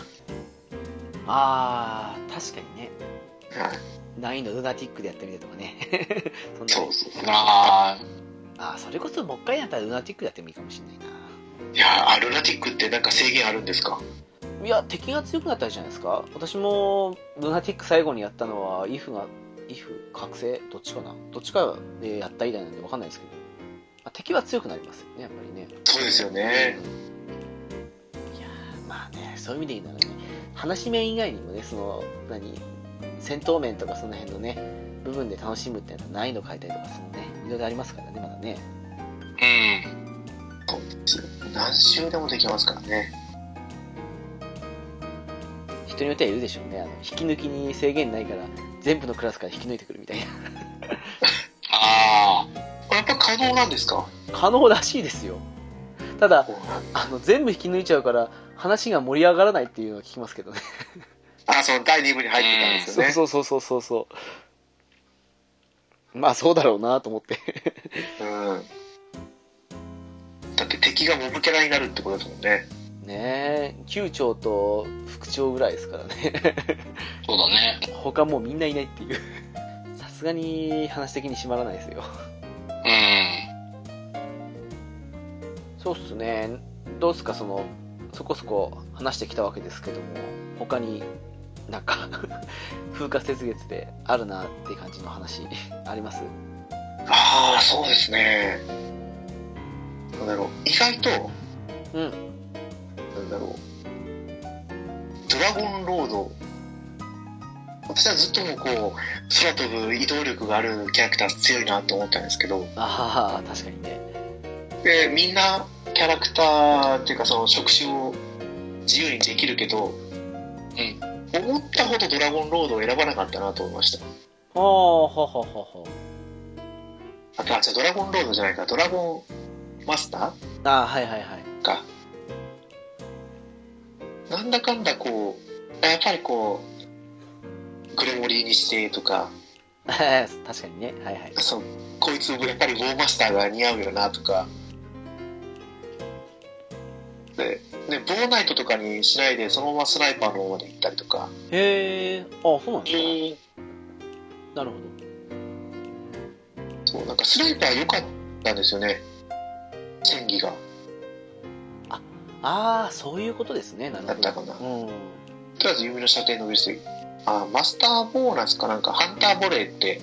あー、確かにね。 はい、 難易度ルナティックでやってみるとかね。そんなそうそうそう。 ああー、それこそもう一回やったらルナティックでやってもいいかもしれないな。 いや、アルナティックってなんか制限あるんですか？ いや、敵が強くなったじゃないですか。私もルナティック最後にやったのは、イフが、イフ、覚醒どっちかなどっちかでやった以来なんでわかんないですけど、まあ、敵は強くなりますよね、やっぱりね。 そうですよね。 いやー、まあね、そういう意味で言うならね、話面以外にもね、その、何、戦闘面とかその辺のね、部分で楽しむってやったら難易度変えたりとか、そのね、いろいろありますからね、まだね。 ー。うん。 そうですよ。何周でもできますからね。 人によってはいるでしょうね、あの、引き抜きに制限ないから、全部のクラスから引き抜いてくるみたいな。 あこれやっぱ可能なんですか？ 可能らしいですよ。ただ、 こうあの、全部引き抜いちゃうから、話が盛り上がらないっていうのは聞きますけどね。 あ、そのだいに部に入ってたんですよね。 そうそうそうそうそう。まあそうだろうなと思って。 うん。だって敵がモブキャラになるってことですもんね。 ねえ、級長と副長ぐらいですからね。 そうだね。 他もうみんないないっていう。さすがに話的に締まらないですよ。 うん。 そうっすね。どうっすか、その、そこそこ話してきたわけですけども、他になんか、風化雪月であるなって感じの話あります？ ああ、そうですね。なんだろう。意外と、 うん。 なんだろう。ドラゴンロード。私はずっともうこう、空飛ぶ移動力があるキャラクター強いなと思ったんですけど、 ああ、確かにね。 で、みんなキャラクターっていうかその職種を自由にできるけど、うん、思ったほどドラゴンロードを選ばなかったなと思いました。 ああ、はははは。 あとは、じゃあドラゴンロードじゃないか、ドラゴンマスターああ、はいはいはい。 か。なんだかんだこう、やっぱりこう、グレモリーにしてとか、 確かにね。はいはい。 そう、こいつやっぱりウォーマスターが似合うよなとか。で、ね、ボーナイトとかにしないでそのままスナイパーの方まで行ったりとか。 へえ、ああ、そうなんですか。なるほそう、なんかスナイパー良かったんですよね。戦技が。 ど。ああ、そういうことですね。なるほど。 だったかな。 うん。 とりあえず弓の射程のウイルス。あ、マスターボーナスかなんか、ハンターボレーって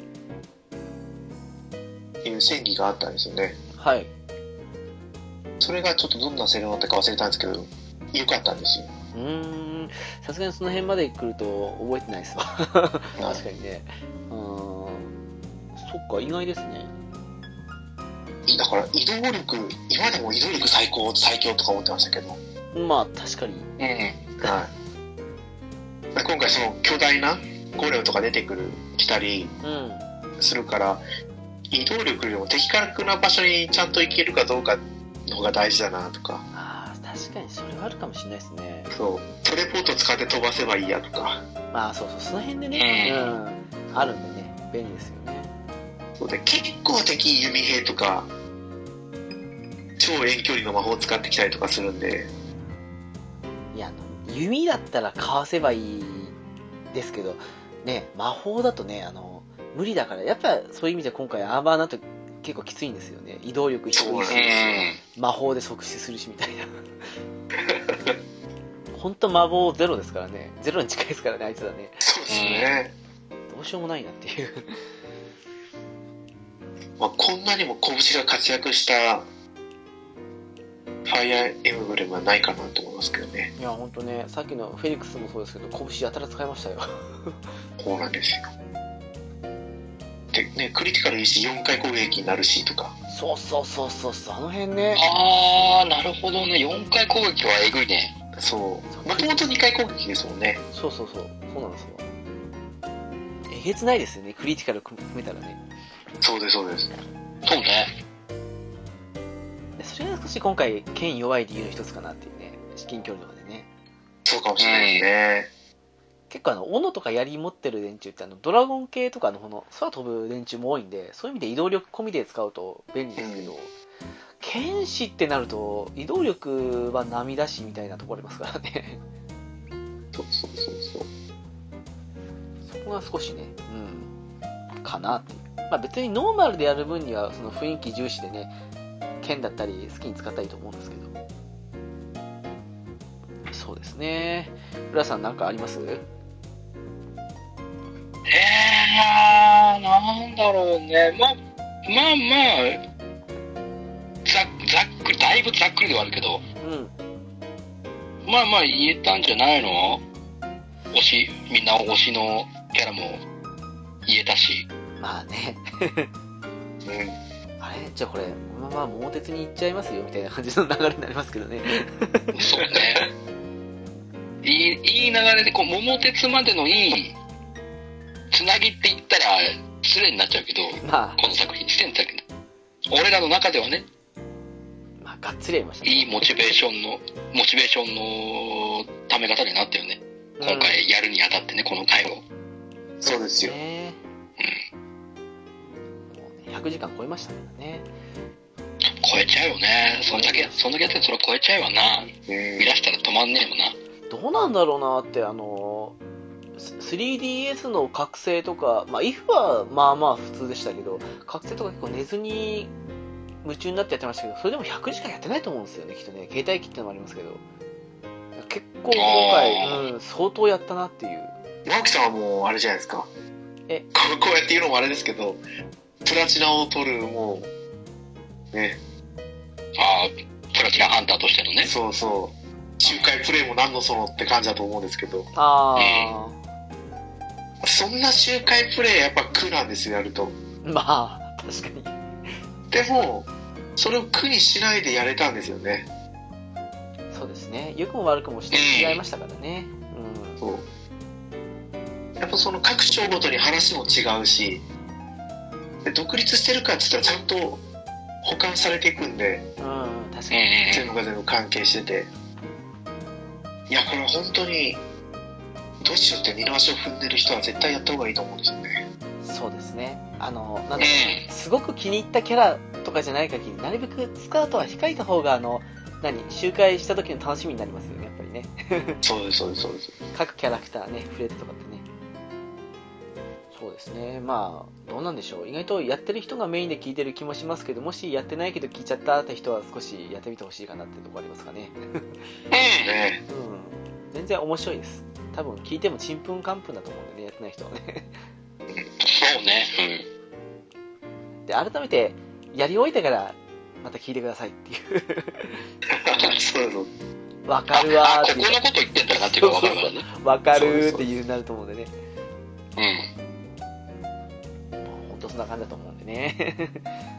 いう戦技があったんですよね。 はい。 それがちょっとどんな性能だったか忘れたんですけど、良かったんですよ。 うーん。さすがにその辺まで来ると覚えてないですわ。確かにね。うーん。そっか、意外ですね。 だから移動力、今でも移動力最高、最強とか思ってましたけど。 まあ、確かに。 うん。 はい。今回その巨大なゴーレムとか出てくる、来たりうん。 するから、移動力よりも的確な場所にちゃんと行けるかどうかの方が大事だなとか。 ああ、確かにそれはあるかもしれないですね。 そう。トレポート使って飛ばせばいいやとか。 まあそうそう、その辺でね、 ううん、あるんでね、便利ですよね。 そうで、結構敵弓兵とか、超遠距離の魔法を使ってきたりとかするんで。 いや、あの弓だったらかわせばいいですけど、ね、魔法だとね、あの、無理だから、やっぱそういう意味で今回アーマーなんて結構きついんですよね。移動力低いし、 そうなんう魔法で即死するしみたいな。本当魔法ゼロですからね。ゼロに近いですからね、あいつらね。 そうですね。 どうしようもないなっていう。 まあ、こんなにも拳が活躍したファイアーエムブレムはないかなと思いますけどね。 いや、ほんとね、さっきのフェニックスもそうですけど、拳やたら使いましたよ。 そうなんですよ。でね、クリティカルいいしよんかい攻撃になるしとか。 そうそうそうそうそう、あの辺ね。 あー、なるほどね。よんかい攻撃はえぐいね。 そう。もともとにかい攻撃ですもんね。 そうそうそう、そうなんですよ。えげつないですよね、クリティカル含めたらね。 そうです、そうです。 そうね。 でそれが少し今回、剣弱い理由の一つかなっていうね、至近距離とかでね。 そうかもしれないですね。 結構あの、斧とか槍持ってる連中ってあの、ドラゴン系とかのこの空飛ぶ連中も多いんで、そういう意味で移動力込みで使うと便利ですけど、うん、剣士ってなると、移動力は波だしみたいなところありますからね。 そうそうそうそう。 そこが少しね、うん、かなっていう。まあ別にノーマルでやる分にはその雰囲気重視でね、剣だったり好きに使ったらいいと思うんですけど。そうですね。浦さんなんかあります？ えー、なんだろうね。ま、まあまあ、ざ、ざっくり、だいぶざっくりではあるけど、 うん。 まあまあ言えたんじゃないの？推し、みんな推しのキャラも言えたし。 まあね。 うん。 あれじゃあこれ、このまま桃鉄に行っちゃいますよみたいな感じの流れになりますけどね。 そうね。いい、いい流れで、こう、桃鉄までのいい、つなぎって言ったら失礼になっちゃうけど、 まあ、 この作品失礼になっちゃうけど、俺らの中ではね、 まあ、がっつりやりましたね。 いいモチベーションの、モチベーションのため方になったよね。今回やるにあたってね、この回を。 そうですよ。 ね、うん、もうね、ひゃくじかん超えましたからね。 超えちゃうよね。そんだけ、そんだけやってそれ超えちゃうわな。見出したら止まんねえもんな。 どうなんだろうなって、あの、スリーディーエス の覚醒とか、まあ、イフ はまあまあ普通でしたけど、覚醒とか結構寝ずに夢中になってやってましたけど、それでもひゃくじかんやってないと思うんですよね、きっとね。携帯機ってのもありますけど。結構今回、うん、相当やったなっていう。 直樹さんはもう、あれじゃないですか。 えこうやって言うのもあれですけど、プラチナを取る、もう、ね。 ああ、プラチナハンターとしてのね。 そうそう。周回プレイも何のそのって感じだと思うんですけど。 ああ。 そんな周回プレイやっぱ苦なんですよ、やると。 まあ、確かに。 でも、それを苦にしないでやれたんですよね。 そうですね。良くも悪くもして違いましたからね。うん。 そう。やっぱその各章ごとに話も違うし、で独立してるかって言ったらちゃんと保管されていくんで、 うん、確かに。 全部が全部関係してて。いや、これ本当に、どうしようって二の足を踏んでる人は絶対やった方がいいと思うんですよね。 そうですね。あの、なんだろう、すごく気に入ったキャラとかじゃない限り、なるべく使うとは控えた方が、あの、何、周回した時の楽しみになりますよね、やっぱりね。 そうです、そうです、そうです。 各キャラクターね、触れてとかってね。そうですね。まあ、どうなんでしょう。意外とやってる人がメインで聞いてる気もしますけど、もしやってないけど聞いちゃったって人は少しやってみてほしいかなっていうところありますかね。 ね。 うん。全然面白いです。多分聞いてもちんぷんかんぷんだと思うんでね、やってない人はね。 そうね。 うん。で、改めて、やり終えてから、また聞いてくださいっていう。 そうそう。 わかるわーっていう。 ここのこと言ってんだなっていうかわかるからね。 わかるーっていうなると思うんでね。 うん。 ほんとそんな感じだと思うんでね。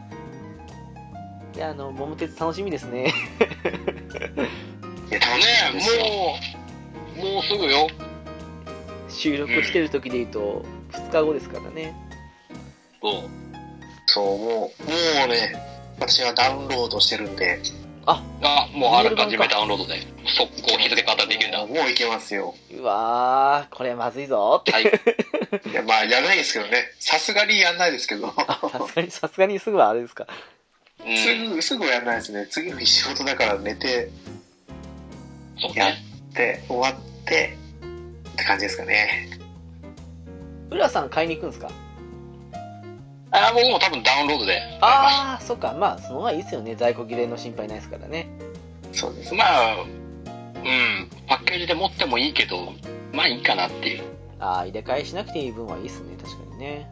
で、あの、桃鉄楽しみですね。 いや、楽しみですよ。 ねえ、もう、もうすぐよ。 収録してる時で言うとふつかごですからね。 そう。 そう、もう、もうね、私はダウンロードしてるんで。 あ、 あ、もうあらかじめダウンロードで、速攻日付変わったらできるんだ。 もういけますよ。 うわー、これまずいぞって。 はい。 いや、まあ、やらないですけどね。さすがにやんないですけど。 さすがに、さすがにすぐはあれですか。 うん、 すぐ、すぐはやんないですね。次の日仕事だから寝て、やっそうね。 て、終わって、って感じですかね。 浦さん買いに行くんですか？ あ、僕も多分ダウンロードで。 あー、そっか。まあ、その方がいいですよね。在庫切れの心配ないですからね。 そうです。 まあ、うん、パッケージで持ってもいいけど、まあいいかなっていう。 あー、入れ替えしなくていい分はいいですね。確かにね。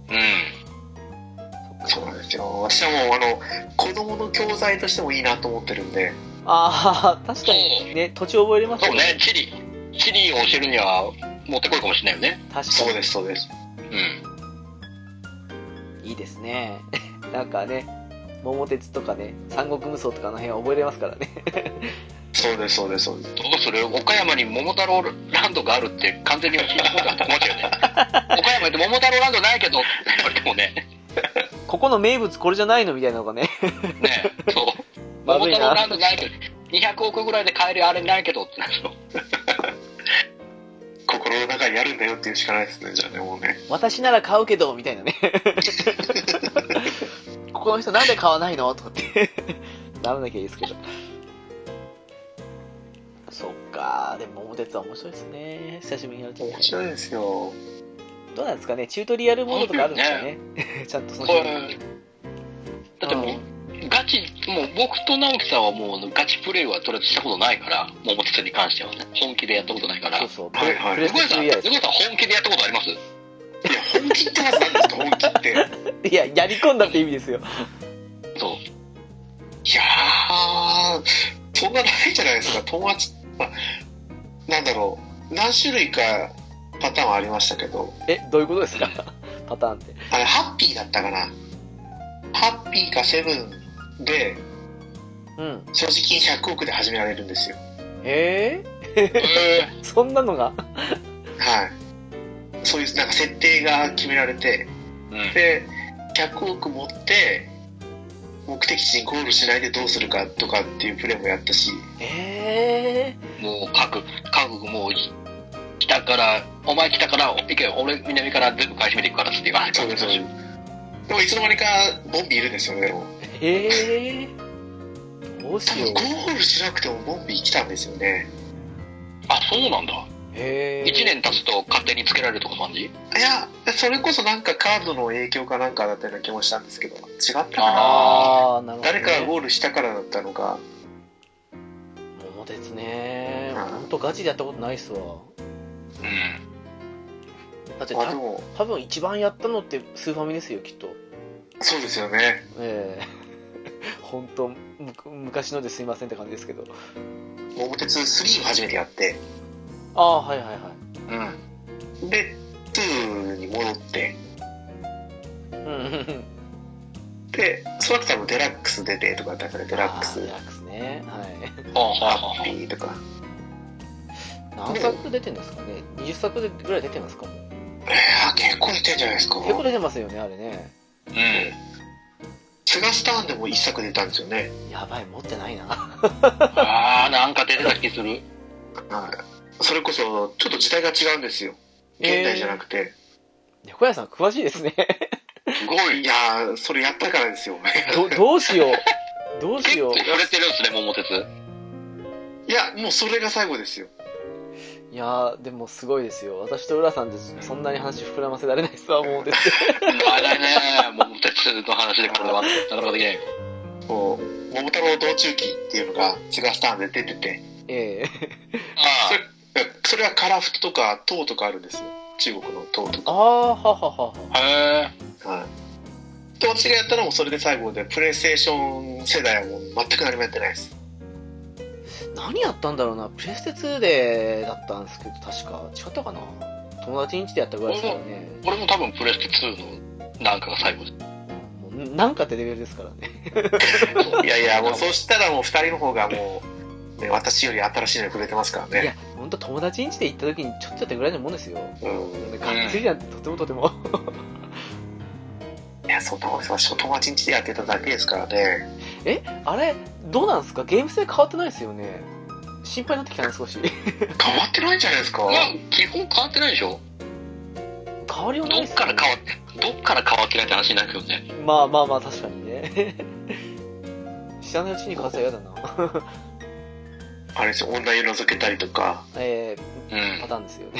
うん。 そうなんですよ。私はもう、あの、子供の教材としてもいいなと思ってるんで。 あー、確かにね、土地覚えれますよそうね、地理。地理を教えるには、もってこいかもしれないよね。 確かに。 そうです、そうです。 うん。 いいですね。なんかね、桃鉄とかね、三国無双とかの辺は覚えれますからね。 そうです、そうです、そうです。 どうする？岡山に桃太郎ランドがあるって完全に聞いたことあって困っちゃうよね。岡山って桃太郎ランドないけどって言われてもね。 ここの名物これじゃないのみたいなのがね。 ねそう。 まずいな桃太郎ランドないけど、にひゃくおくぐらいで買えるあれないけどってなるの。 心の中にあるんだよっていうしかないですね、じゃあね、もうね。 私なら買うけど、みたいなね。ここの人なんで買わないのとかってならなきゃいいですけど。そっか、でも桃鉄は面白いですね。久しぶりにやるとね。 面白いですよ。 どうなんですかね、チュートリアルモードとかあるんですかね。ちゃんとそのこれだってもう、ガチ、もう僕と直樹さんはもうガチプレイはとりあえずしたことないから、桃鉄に関してはね、本気でやったことないから。 そうそう、 はいはいプレス横山さん、 テツー以来横山さん本気でやったことあります？ いや、本気ってまず何ですか、本気って。 です。いや、やり込んだって意味ですよ。 そう。 いやー、そんなないじゃないですか、友達、まあ、なんだろう、何種類かパターンはありましたけど、 え、どういうことですかパターンって。 あれ、ハッピーだったかな。ハッピーかセブンで、 うん。 所持金ひゃくおくで始められるんですよ。 へええそんなのがはい。そういうなんか設定が決められて、 ー、うん。 で、ひゃくおく持って、目的地にゴールしないでどうするかとかっていうプレイもやったし、 へえもう各、各もう、北から、お前来たから、行けよ、俺南から全部買い占めていくからって言われてそうです、そうです。でもいつの間にかボンビいるんですよね、でも。 へえどうしよう。 多分ゴールしなくてもボンビ来たんですよね。 あ、そうなんだ。 へえいちねん経つと勝手につけられるとか感じ？ いや、それこそなんかカードの影響かなんかだったような気もしたんですけど、違ったかな。 ああ、なるほど、ね。 誰かがゴールしたからだったのか。 桃鉄ね。 うんほんとガチでやったことないっすわ。 うん。 だってたあでも多分一番やったのってスーファミですよ、きっと。 そうですよね。 ええ本当む昔のですいませんって感じですけど。 桃鉄スリーを初めてやって、 ああ、はいはいはい。 うん。 で、にに戻って、 うんうんうん。 で、その後多分デラックス出てとかだったから、デラックスあーデ、ラックスね。はい。 はあはあハッはピーとか。 何作出てんですかね。にじゅっさくぐらい出てますかも。 えー、結構出てんじゃないですか。 結構出てますよね、あれね。 あ。うん。 セガスターンでもいっさく出たんですよね。 やばい、持ってないな。 ああ、なんか出てた気する。 はい。それこそ、ちょっと時代が違うんですよ。現代じゃなくて。 猫屋さん詳しいですね。 すごい。 いやー、それやったからですよ。 どどうしよう。どうしよう。 結構触れてるんですね、桃鉄。 いや、もうそれが最後ですよ。 いやー、でもすごいですよ。私と浦さんでそんなに話膨らませられないっすわ、もうです。 長いね、桃鉄の話でこれは。なかなかできない。 こう、桃太郎道中記っていうのがセガスターンで出てて、 ええあそれそれはカラフトとかトウとかあるんですよ。中国のトウとか。 ああ、はははは。 あ。へえ。 はい。で、私がやったのもそれで最後で、プレイステーション世代はもう全く何もやってないです。 何やったんだろうな。プレステツーでだったんですけど、確か。違ったかな。友達ん家でやったぐらいですからね。 俺も多分プレステツーのなんかが最後です。 もうなんかってレベルですからね。 いやいや、もうそしたらもう二人の方がもう、ね、私より新しいのに触れてますからいやね。、 も本当友達ん家で行った時にちょっとやったぐらいのもんですよ。 うん。 がっつりなんてとてもとても。 いや、そんなことは友達ん家でやってただけですからね。 え、あれ、どうなんですか？ゲーム性変わってないですよね。心配になってきたね、少し。 変わってないんじゃないですか。 まあ、基本変わってないでしょ。 変わりはないどっですよね。 から変わって、どっから変わってないって話になるけどね。 まあまあまあ、確かにね。知らないうちに数は嫌だな。 あれですよ、女湯覗けたりとか、 えうー、パん。 ターンですよね。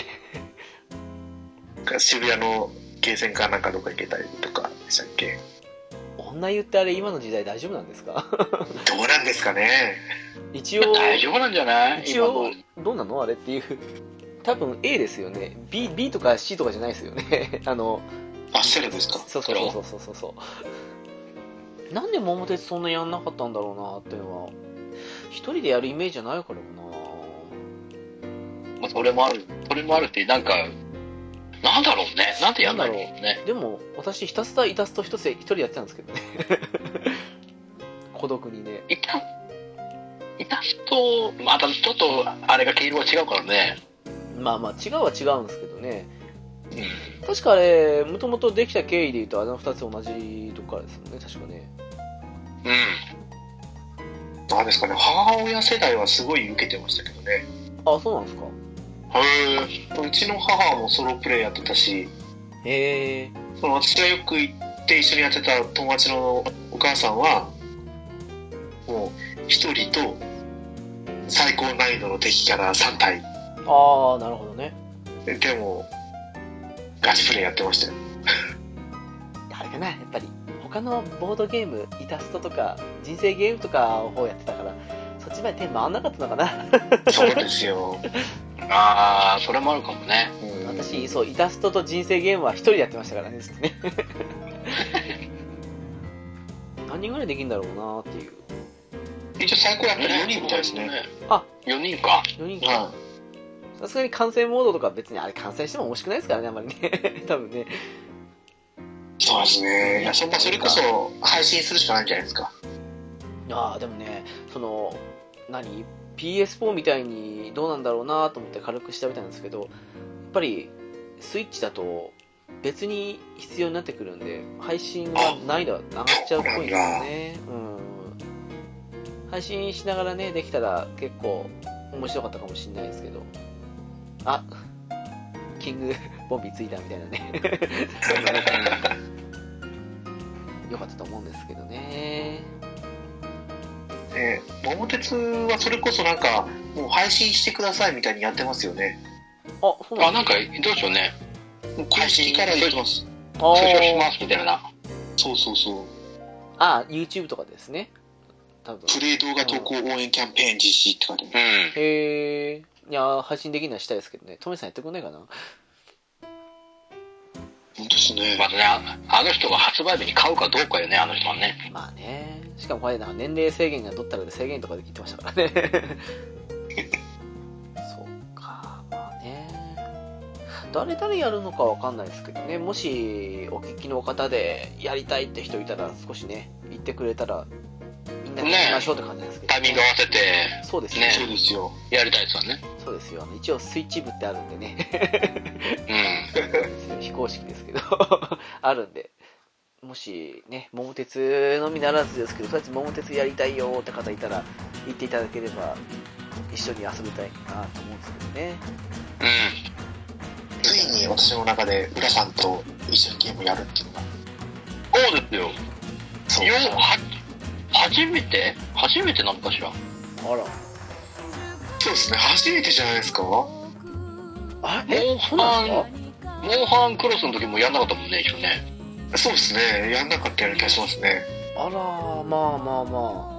渋谷のゲーセンかなんかどっか行けたりとかでしたっけ。 女湯ってあれ今の時代大丈夫なんですか？ どうなんですかね。 一応、 大丈夫なんじゃない一応今の、 どうなのあれっていう。多分 A ですよね。B、B とか C とかじゃないですよね。あの、 あ、セルですか。 そうそうそうそうそうそう。なんで桃鉄そんなやんなかったんだろうなっていうのは、一人でやるイメージじゃないからかまあ、それもある、それもあるって、なんか、なんだろうね。なんでやんないのね。 な。でも、私ひたすらイタスト一つで一人やってたんですけどね。孤独にね。 いた、いた人、またちょっと、あれが毛色が違うからね。 まあまあ違うは違うんですけどね。 うん。 確かあれ、もともとできた経緯で言うとあの二つ同じとこからですもんね、確かね。 うん。 なんですかね、母親世代はすごい受けてましたけどね。 あ、そうなんですか。 へうちの母もソロプレイやってたし、 へえ。 その私がよく行って一緒にやってた友達のお母さんは、もう一人と最高難易度の敵キャラさん体ああ、なるほどね。 でもガチプレイやってましたよ。 あれかな、やっぱり他のボードゲーム、イタストとか人生ゲームとかをやってたからそっちまで手回んなかったのかな。 そうですよ。 ああ、それもあるかもね。 うん、 私、そう、イタストと人生ゲームは一人でやってましたからね、ずっとね。何人ぐらいできるんだろうなっていう。 一応最高やったらよにんみたいですね。 あ、 よにんか。 よにんか。 はさすがに観戦モードとか別にあれ観戦しても面白くないですからね、あんまりね。多分ね。 い、そうですね。いや、そんなそれこそ配信するしかないんじゃないですか。 ああ、でもね、その、何 ピーエスフォー みたいにどうなんだろうなと思って軽く調べたんですけど、やっぱりスイッチだと別に必要になってくるんで、配信は難易度上がっちゃうっぽいんですよね。うん。配信しながらね、できたら結構面白かったかもしれないですけど。あ、キングボンビーついたみたいなね。よかったと思うんですけどね。 ね、桃鉄はそれこそなんかもう配信してくださいみたいにやってますよね。 あ、そうなあ、 んなんか、どうしようね。 もう公式から言ってます。 あ推奨しーますみたいな。 そうそうそう。 あ、YouTube とかですね。多分。 プレイ動画投稿応援キャンペーン実施って書いてます。 うん。 へえ。いや、配信できるのはしたいですけどね。トメさんやってくんないかな。 本当ですね。 まずね、ああの人が発売日に買うかどうかよね、あの人はね。 まあね。しかもこれなんか年齢制限がどったらで制限とかで言ってましたからね。そうか、まあね。誰々やるのかわかんないですけどね。もしお聞きの方でやりたいって人いたら少しね、言ってくれたらみんなでやりましょうって感じですけど、 タイミング合わせて、 そうですね。 ねそうですよ。 やりたいですよね。 そうですよ。あの一応スイッチ部ってあるんでね。 うん。 非公式ですけどあるんで、もしね桃鉄のみならずですけど、とりあえず桃鉄やりたいよって方いたら言っていただければ一緒に遊びたいなと思うんですけどね。 うん。 ついに私の中で浦さんと一緒にゲームやるっていうのが。 そうですよ。 そうよは、初めて初めてなのかしら。 あら、 そうですね。初めてじゃないですか。 あモンそうなんハですン、モンハンクロスの時もやんなかったもんね、一緒ね。 そうですね。やんなかったような気がしますね。 か。あら、まあまあま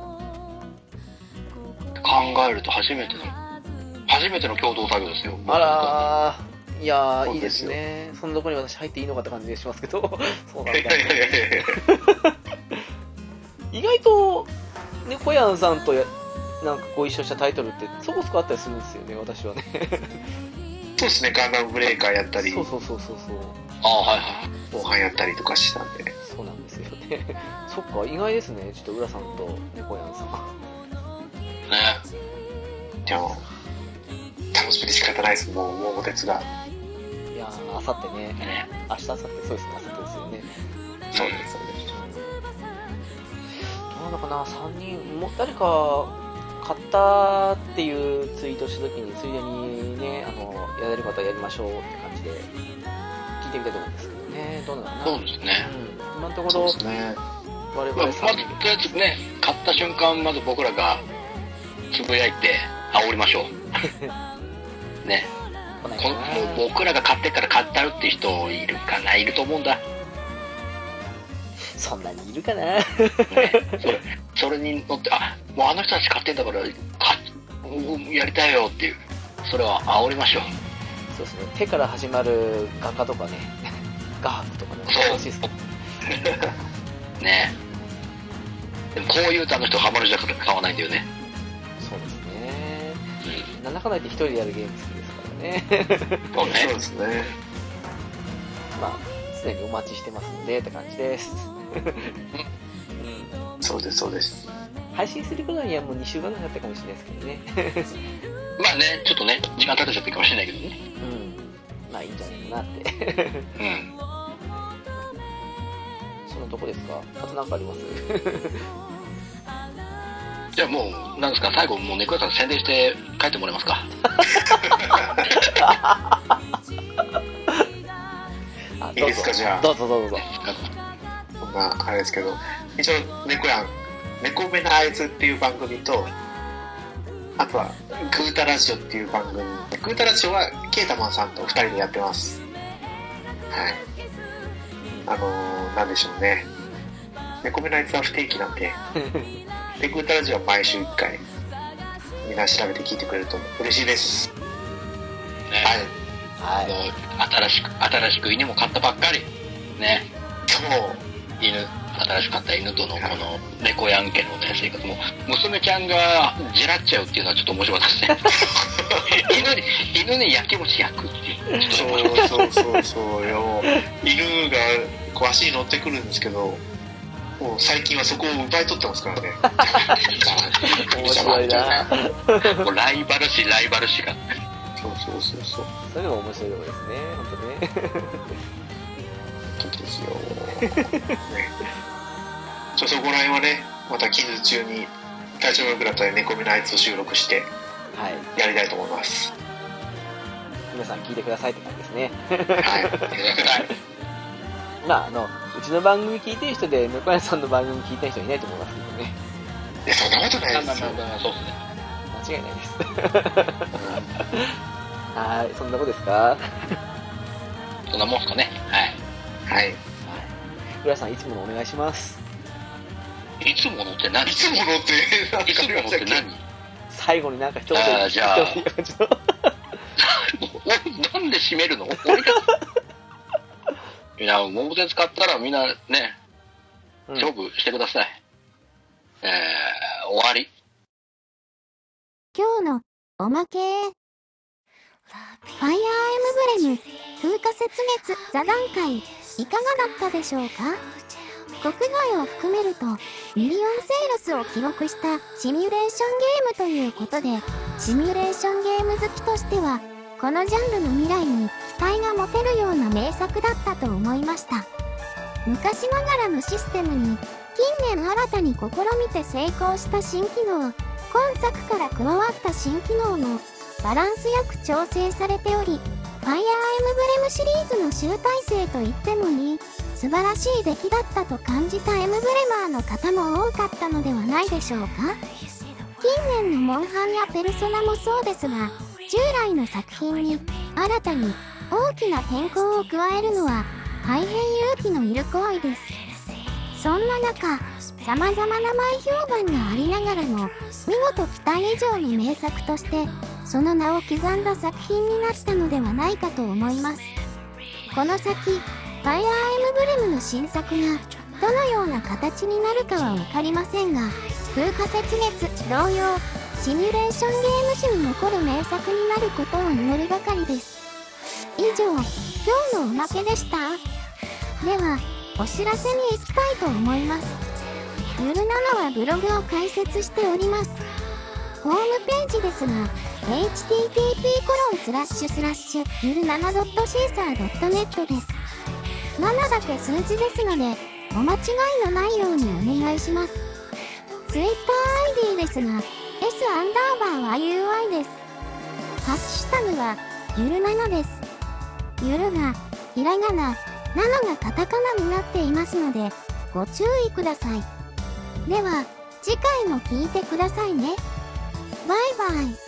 考えると初めての、初めての共同作業ですよ。 あ。あらー、いやー、いいですそうですよね。そんなとこに私入っていいのかって感じがしますけど。そうなんだ。 いやいやいやいや。 意外と、ね、小山さんとやなんかご一緒したタイトルってそこそこあったりするんですよね、私はね。 そうですね。ガンダムブレイカーやったり、 そうそうそうそうそう。 ああ、はいはい。 モンハンやったりとかしたんで。 そうなんですよね。そっか、意外ですね。ちょっと浦さんと猫やんさん。 ね。 でも、 楽しみで仕方ないです、もう桃鉄が。 いやー、あさってね、 ね明日、あさって、そうですね、あさってですよね。 そうですそうです。 どうなのかな、さんにん、もう誰か買ったっていうツイートしたときに、ついでにね、あの、やれる方やりましょうって感じで、聞いてみたいと思うんですけどね、どうなのかな。 そうですね。 うん、今のとこそうろ、 ですね。 我まあ、まず、 々さんにんとりあえずね、買った瞬間、まず僕らがつぶやいて煽りましょう。ね。 来ないこかな。 もう僕らが買ってから買ったるって人いるかな、いると思うんだ。 そんなにいるかな。 ね、それそれに乗って、あ、もうあの人たち買ってんだから、かやりたいよっていう、それは煽りましょう。 そうですね、手から始まる画家とかね、ガーフとかね、 そう楽しいですね。 ね。でもこう言うとあの人ハマるじゃ買わないんだよね。 そうですね。なんだかんだ言って一人でやるゲーム好きですからね。 そうね。 そうですね。 まあ、常にお待ちしてますのでって感じです。うん、 そうですそうです。 配信する頃にはもうにしゅうかんぐらい経ったかもしれないですけどね。 まあね、ちょっとね、時間経っちゃってるかもしれないけどね。 うん。まあいいんじゃないかなって。 うん。 そのとこですか？あと何かあります？ じゃあもう、なんですか、最後もう猫屋さん宣伝して帰ってもらえますか。 あ、 いいですか、じゃあ。 どうぞどうぞどうぞ。 そんな、あれですけど、一応、猫やん、猫目のあいつっていう番組と、あとは、グータラジオっていう番組。グータラジオは、ケータマンさんと二人でやってます。はい。あのー、なんでしょうね。猫目のあいつは不定期なんで、で、グータラジオは毎週一回、みんな調べて聞いてくれると嬉しいです。 ね、 はい。 あの新しく、新しく犬も飼ったばっかり。ね。 そう。 犬、新しく飼った犬とのこの猫やん家のね、生活も、娘ちゃんがじらっちゃうっていうのはちょっと面白かったですね。犬に、犬に焼き餅焼くっていう。ちょっと面白かった。 そうそうそうそうよ。犬がこう足に乗ってくるんですけど、もう最近はそこを奪い取ってますからね。 面白いな。 もうライバル視、ライバル視が。 そうそうそうそう。 それでも面白いところですね、本当ね。 本当ですよ。ね、ちょそこら辺はね、また近日中に体調が良くなったら猫目のあいつを収録してはい。 やりたいと思います。 皆さん聞いてくださいって感じですね。 はい。 まあ、あの、うちの番組聞いてる人で、猫屋さんの番組聞いてる人いないと思いますけどね。 いや、そんなことないまあですよ。 まあまあまあ、そうですね。 間違いないです。はい、そんなことですか？ そんなもんすかね。はい。 はい。 浦さん、いつものお願いします。 いつものって何？ いつものって何いつものって何？ 最後になんか一言あーじゃあ一言いい感じのおなんで締めるの？俺がいや、桃鉄買ったらみんなね、 うん勝負してください。えー、終わり。 今日のおまけ。ファイアーエムブレム風化雪月座談会いかがだったでしょうか？国外を含めるとミリオンセールスを記録したシミュレーションゲームということで、シミュレーションゲーム好きとしてはこのジャンルの未来に期待が持てるような名作だったと思いました。昔ながらのシステムに近年新たに試みて成功した新機能、今作から加わった新機能のバランスよく調整されており、ファイアーエムブレムシリーズの集大成と言ってもいい素晴らしい出来だったと感じたエムブレマーの方も多かったのではないでしょうか。近年のモンハンやペルソナもそうですが、従来の作品に新たに大きな変更を加えるのは大変勇気のいる行為です。そんな中、様々な前評判がありながらも見事期待以上の名作としてその名を刻んだ作品になったのではないかと思います。この先ファイアーエムブレムの新作がどのような形になるかは分かりませんが、風化雪月同様シミュレーションゲーム史に残る名作になることを祈るばかりです。以上、今日のおまけでした。ではお知らせに行きたいと思います。ゆるななはブログを開設しております。ホームページですが、 エイチティーティーピーコロンスラッシュスラッシュゆるななドットシーサードットネット です。ななだけ数字ですので、お間違いのないようにお願いします。Twitter アイディー ですが、S アンダーバーは ユーアイ です。ハッシュタグは、ゆるななです。ゆるが、ひらがな、なながカタカナになっていますので、ご注意ください。では、次回も聞いてくださいね。バイバイ。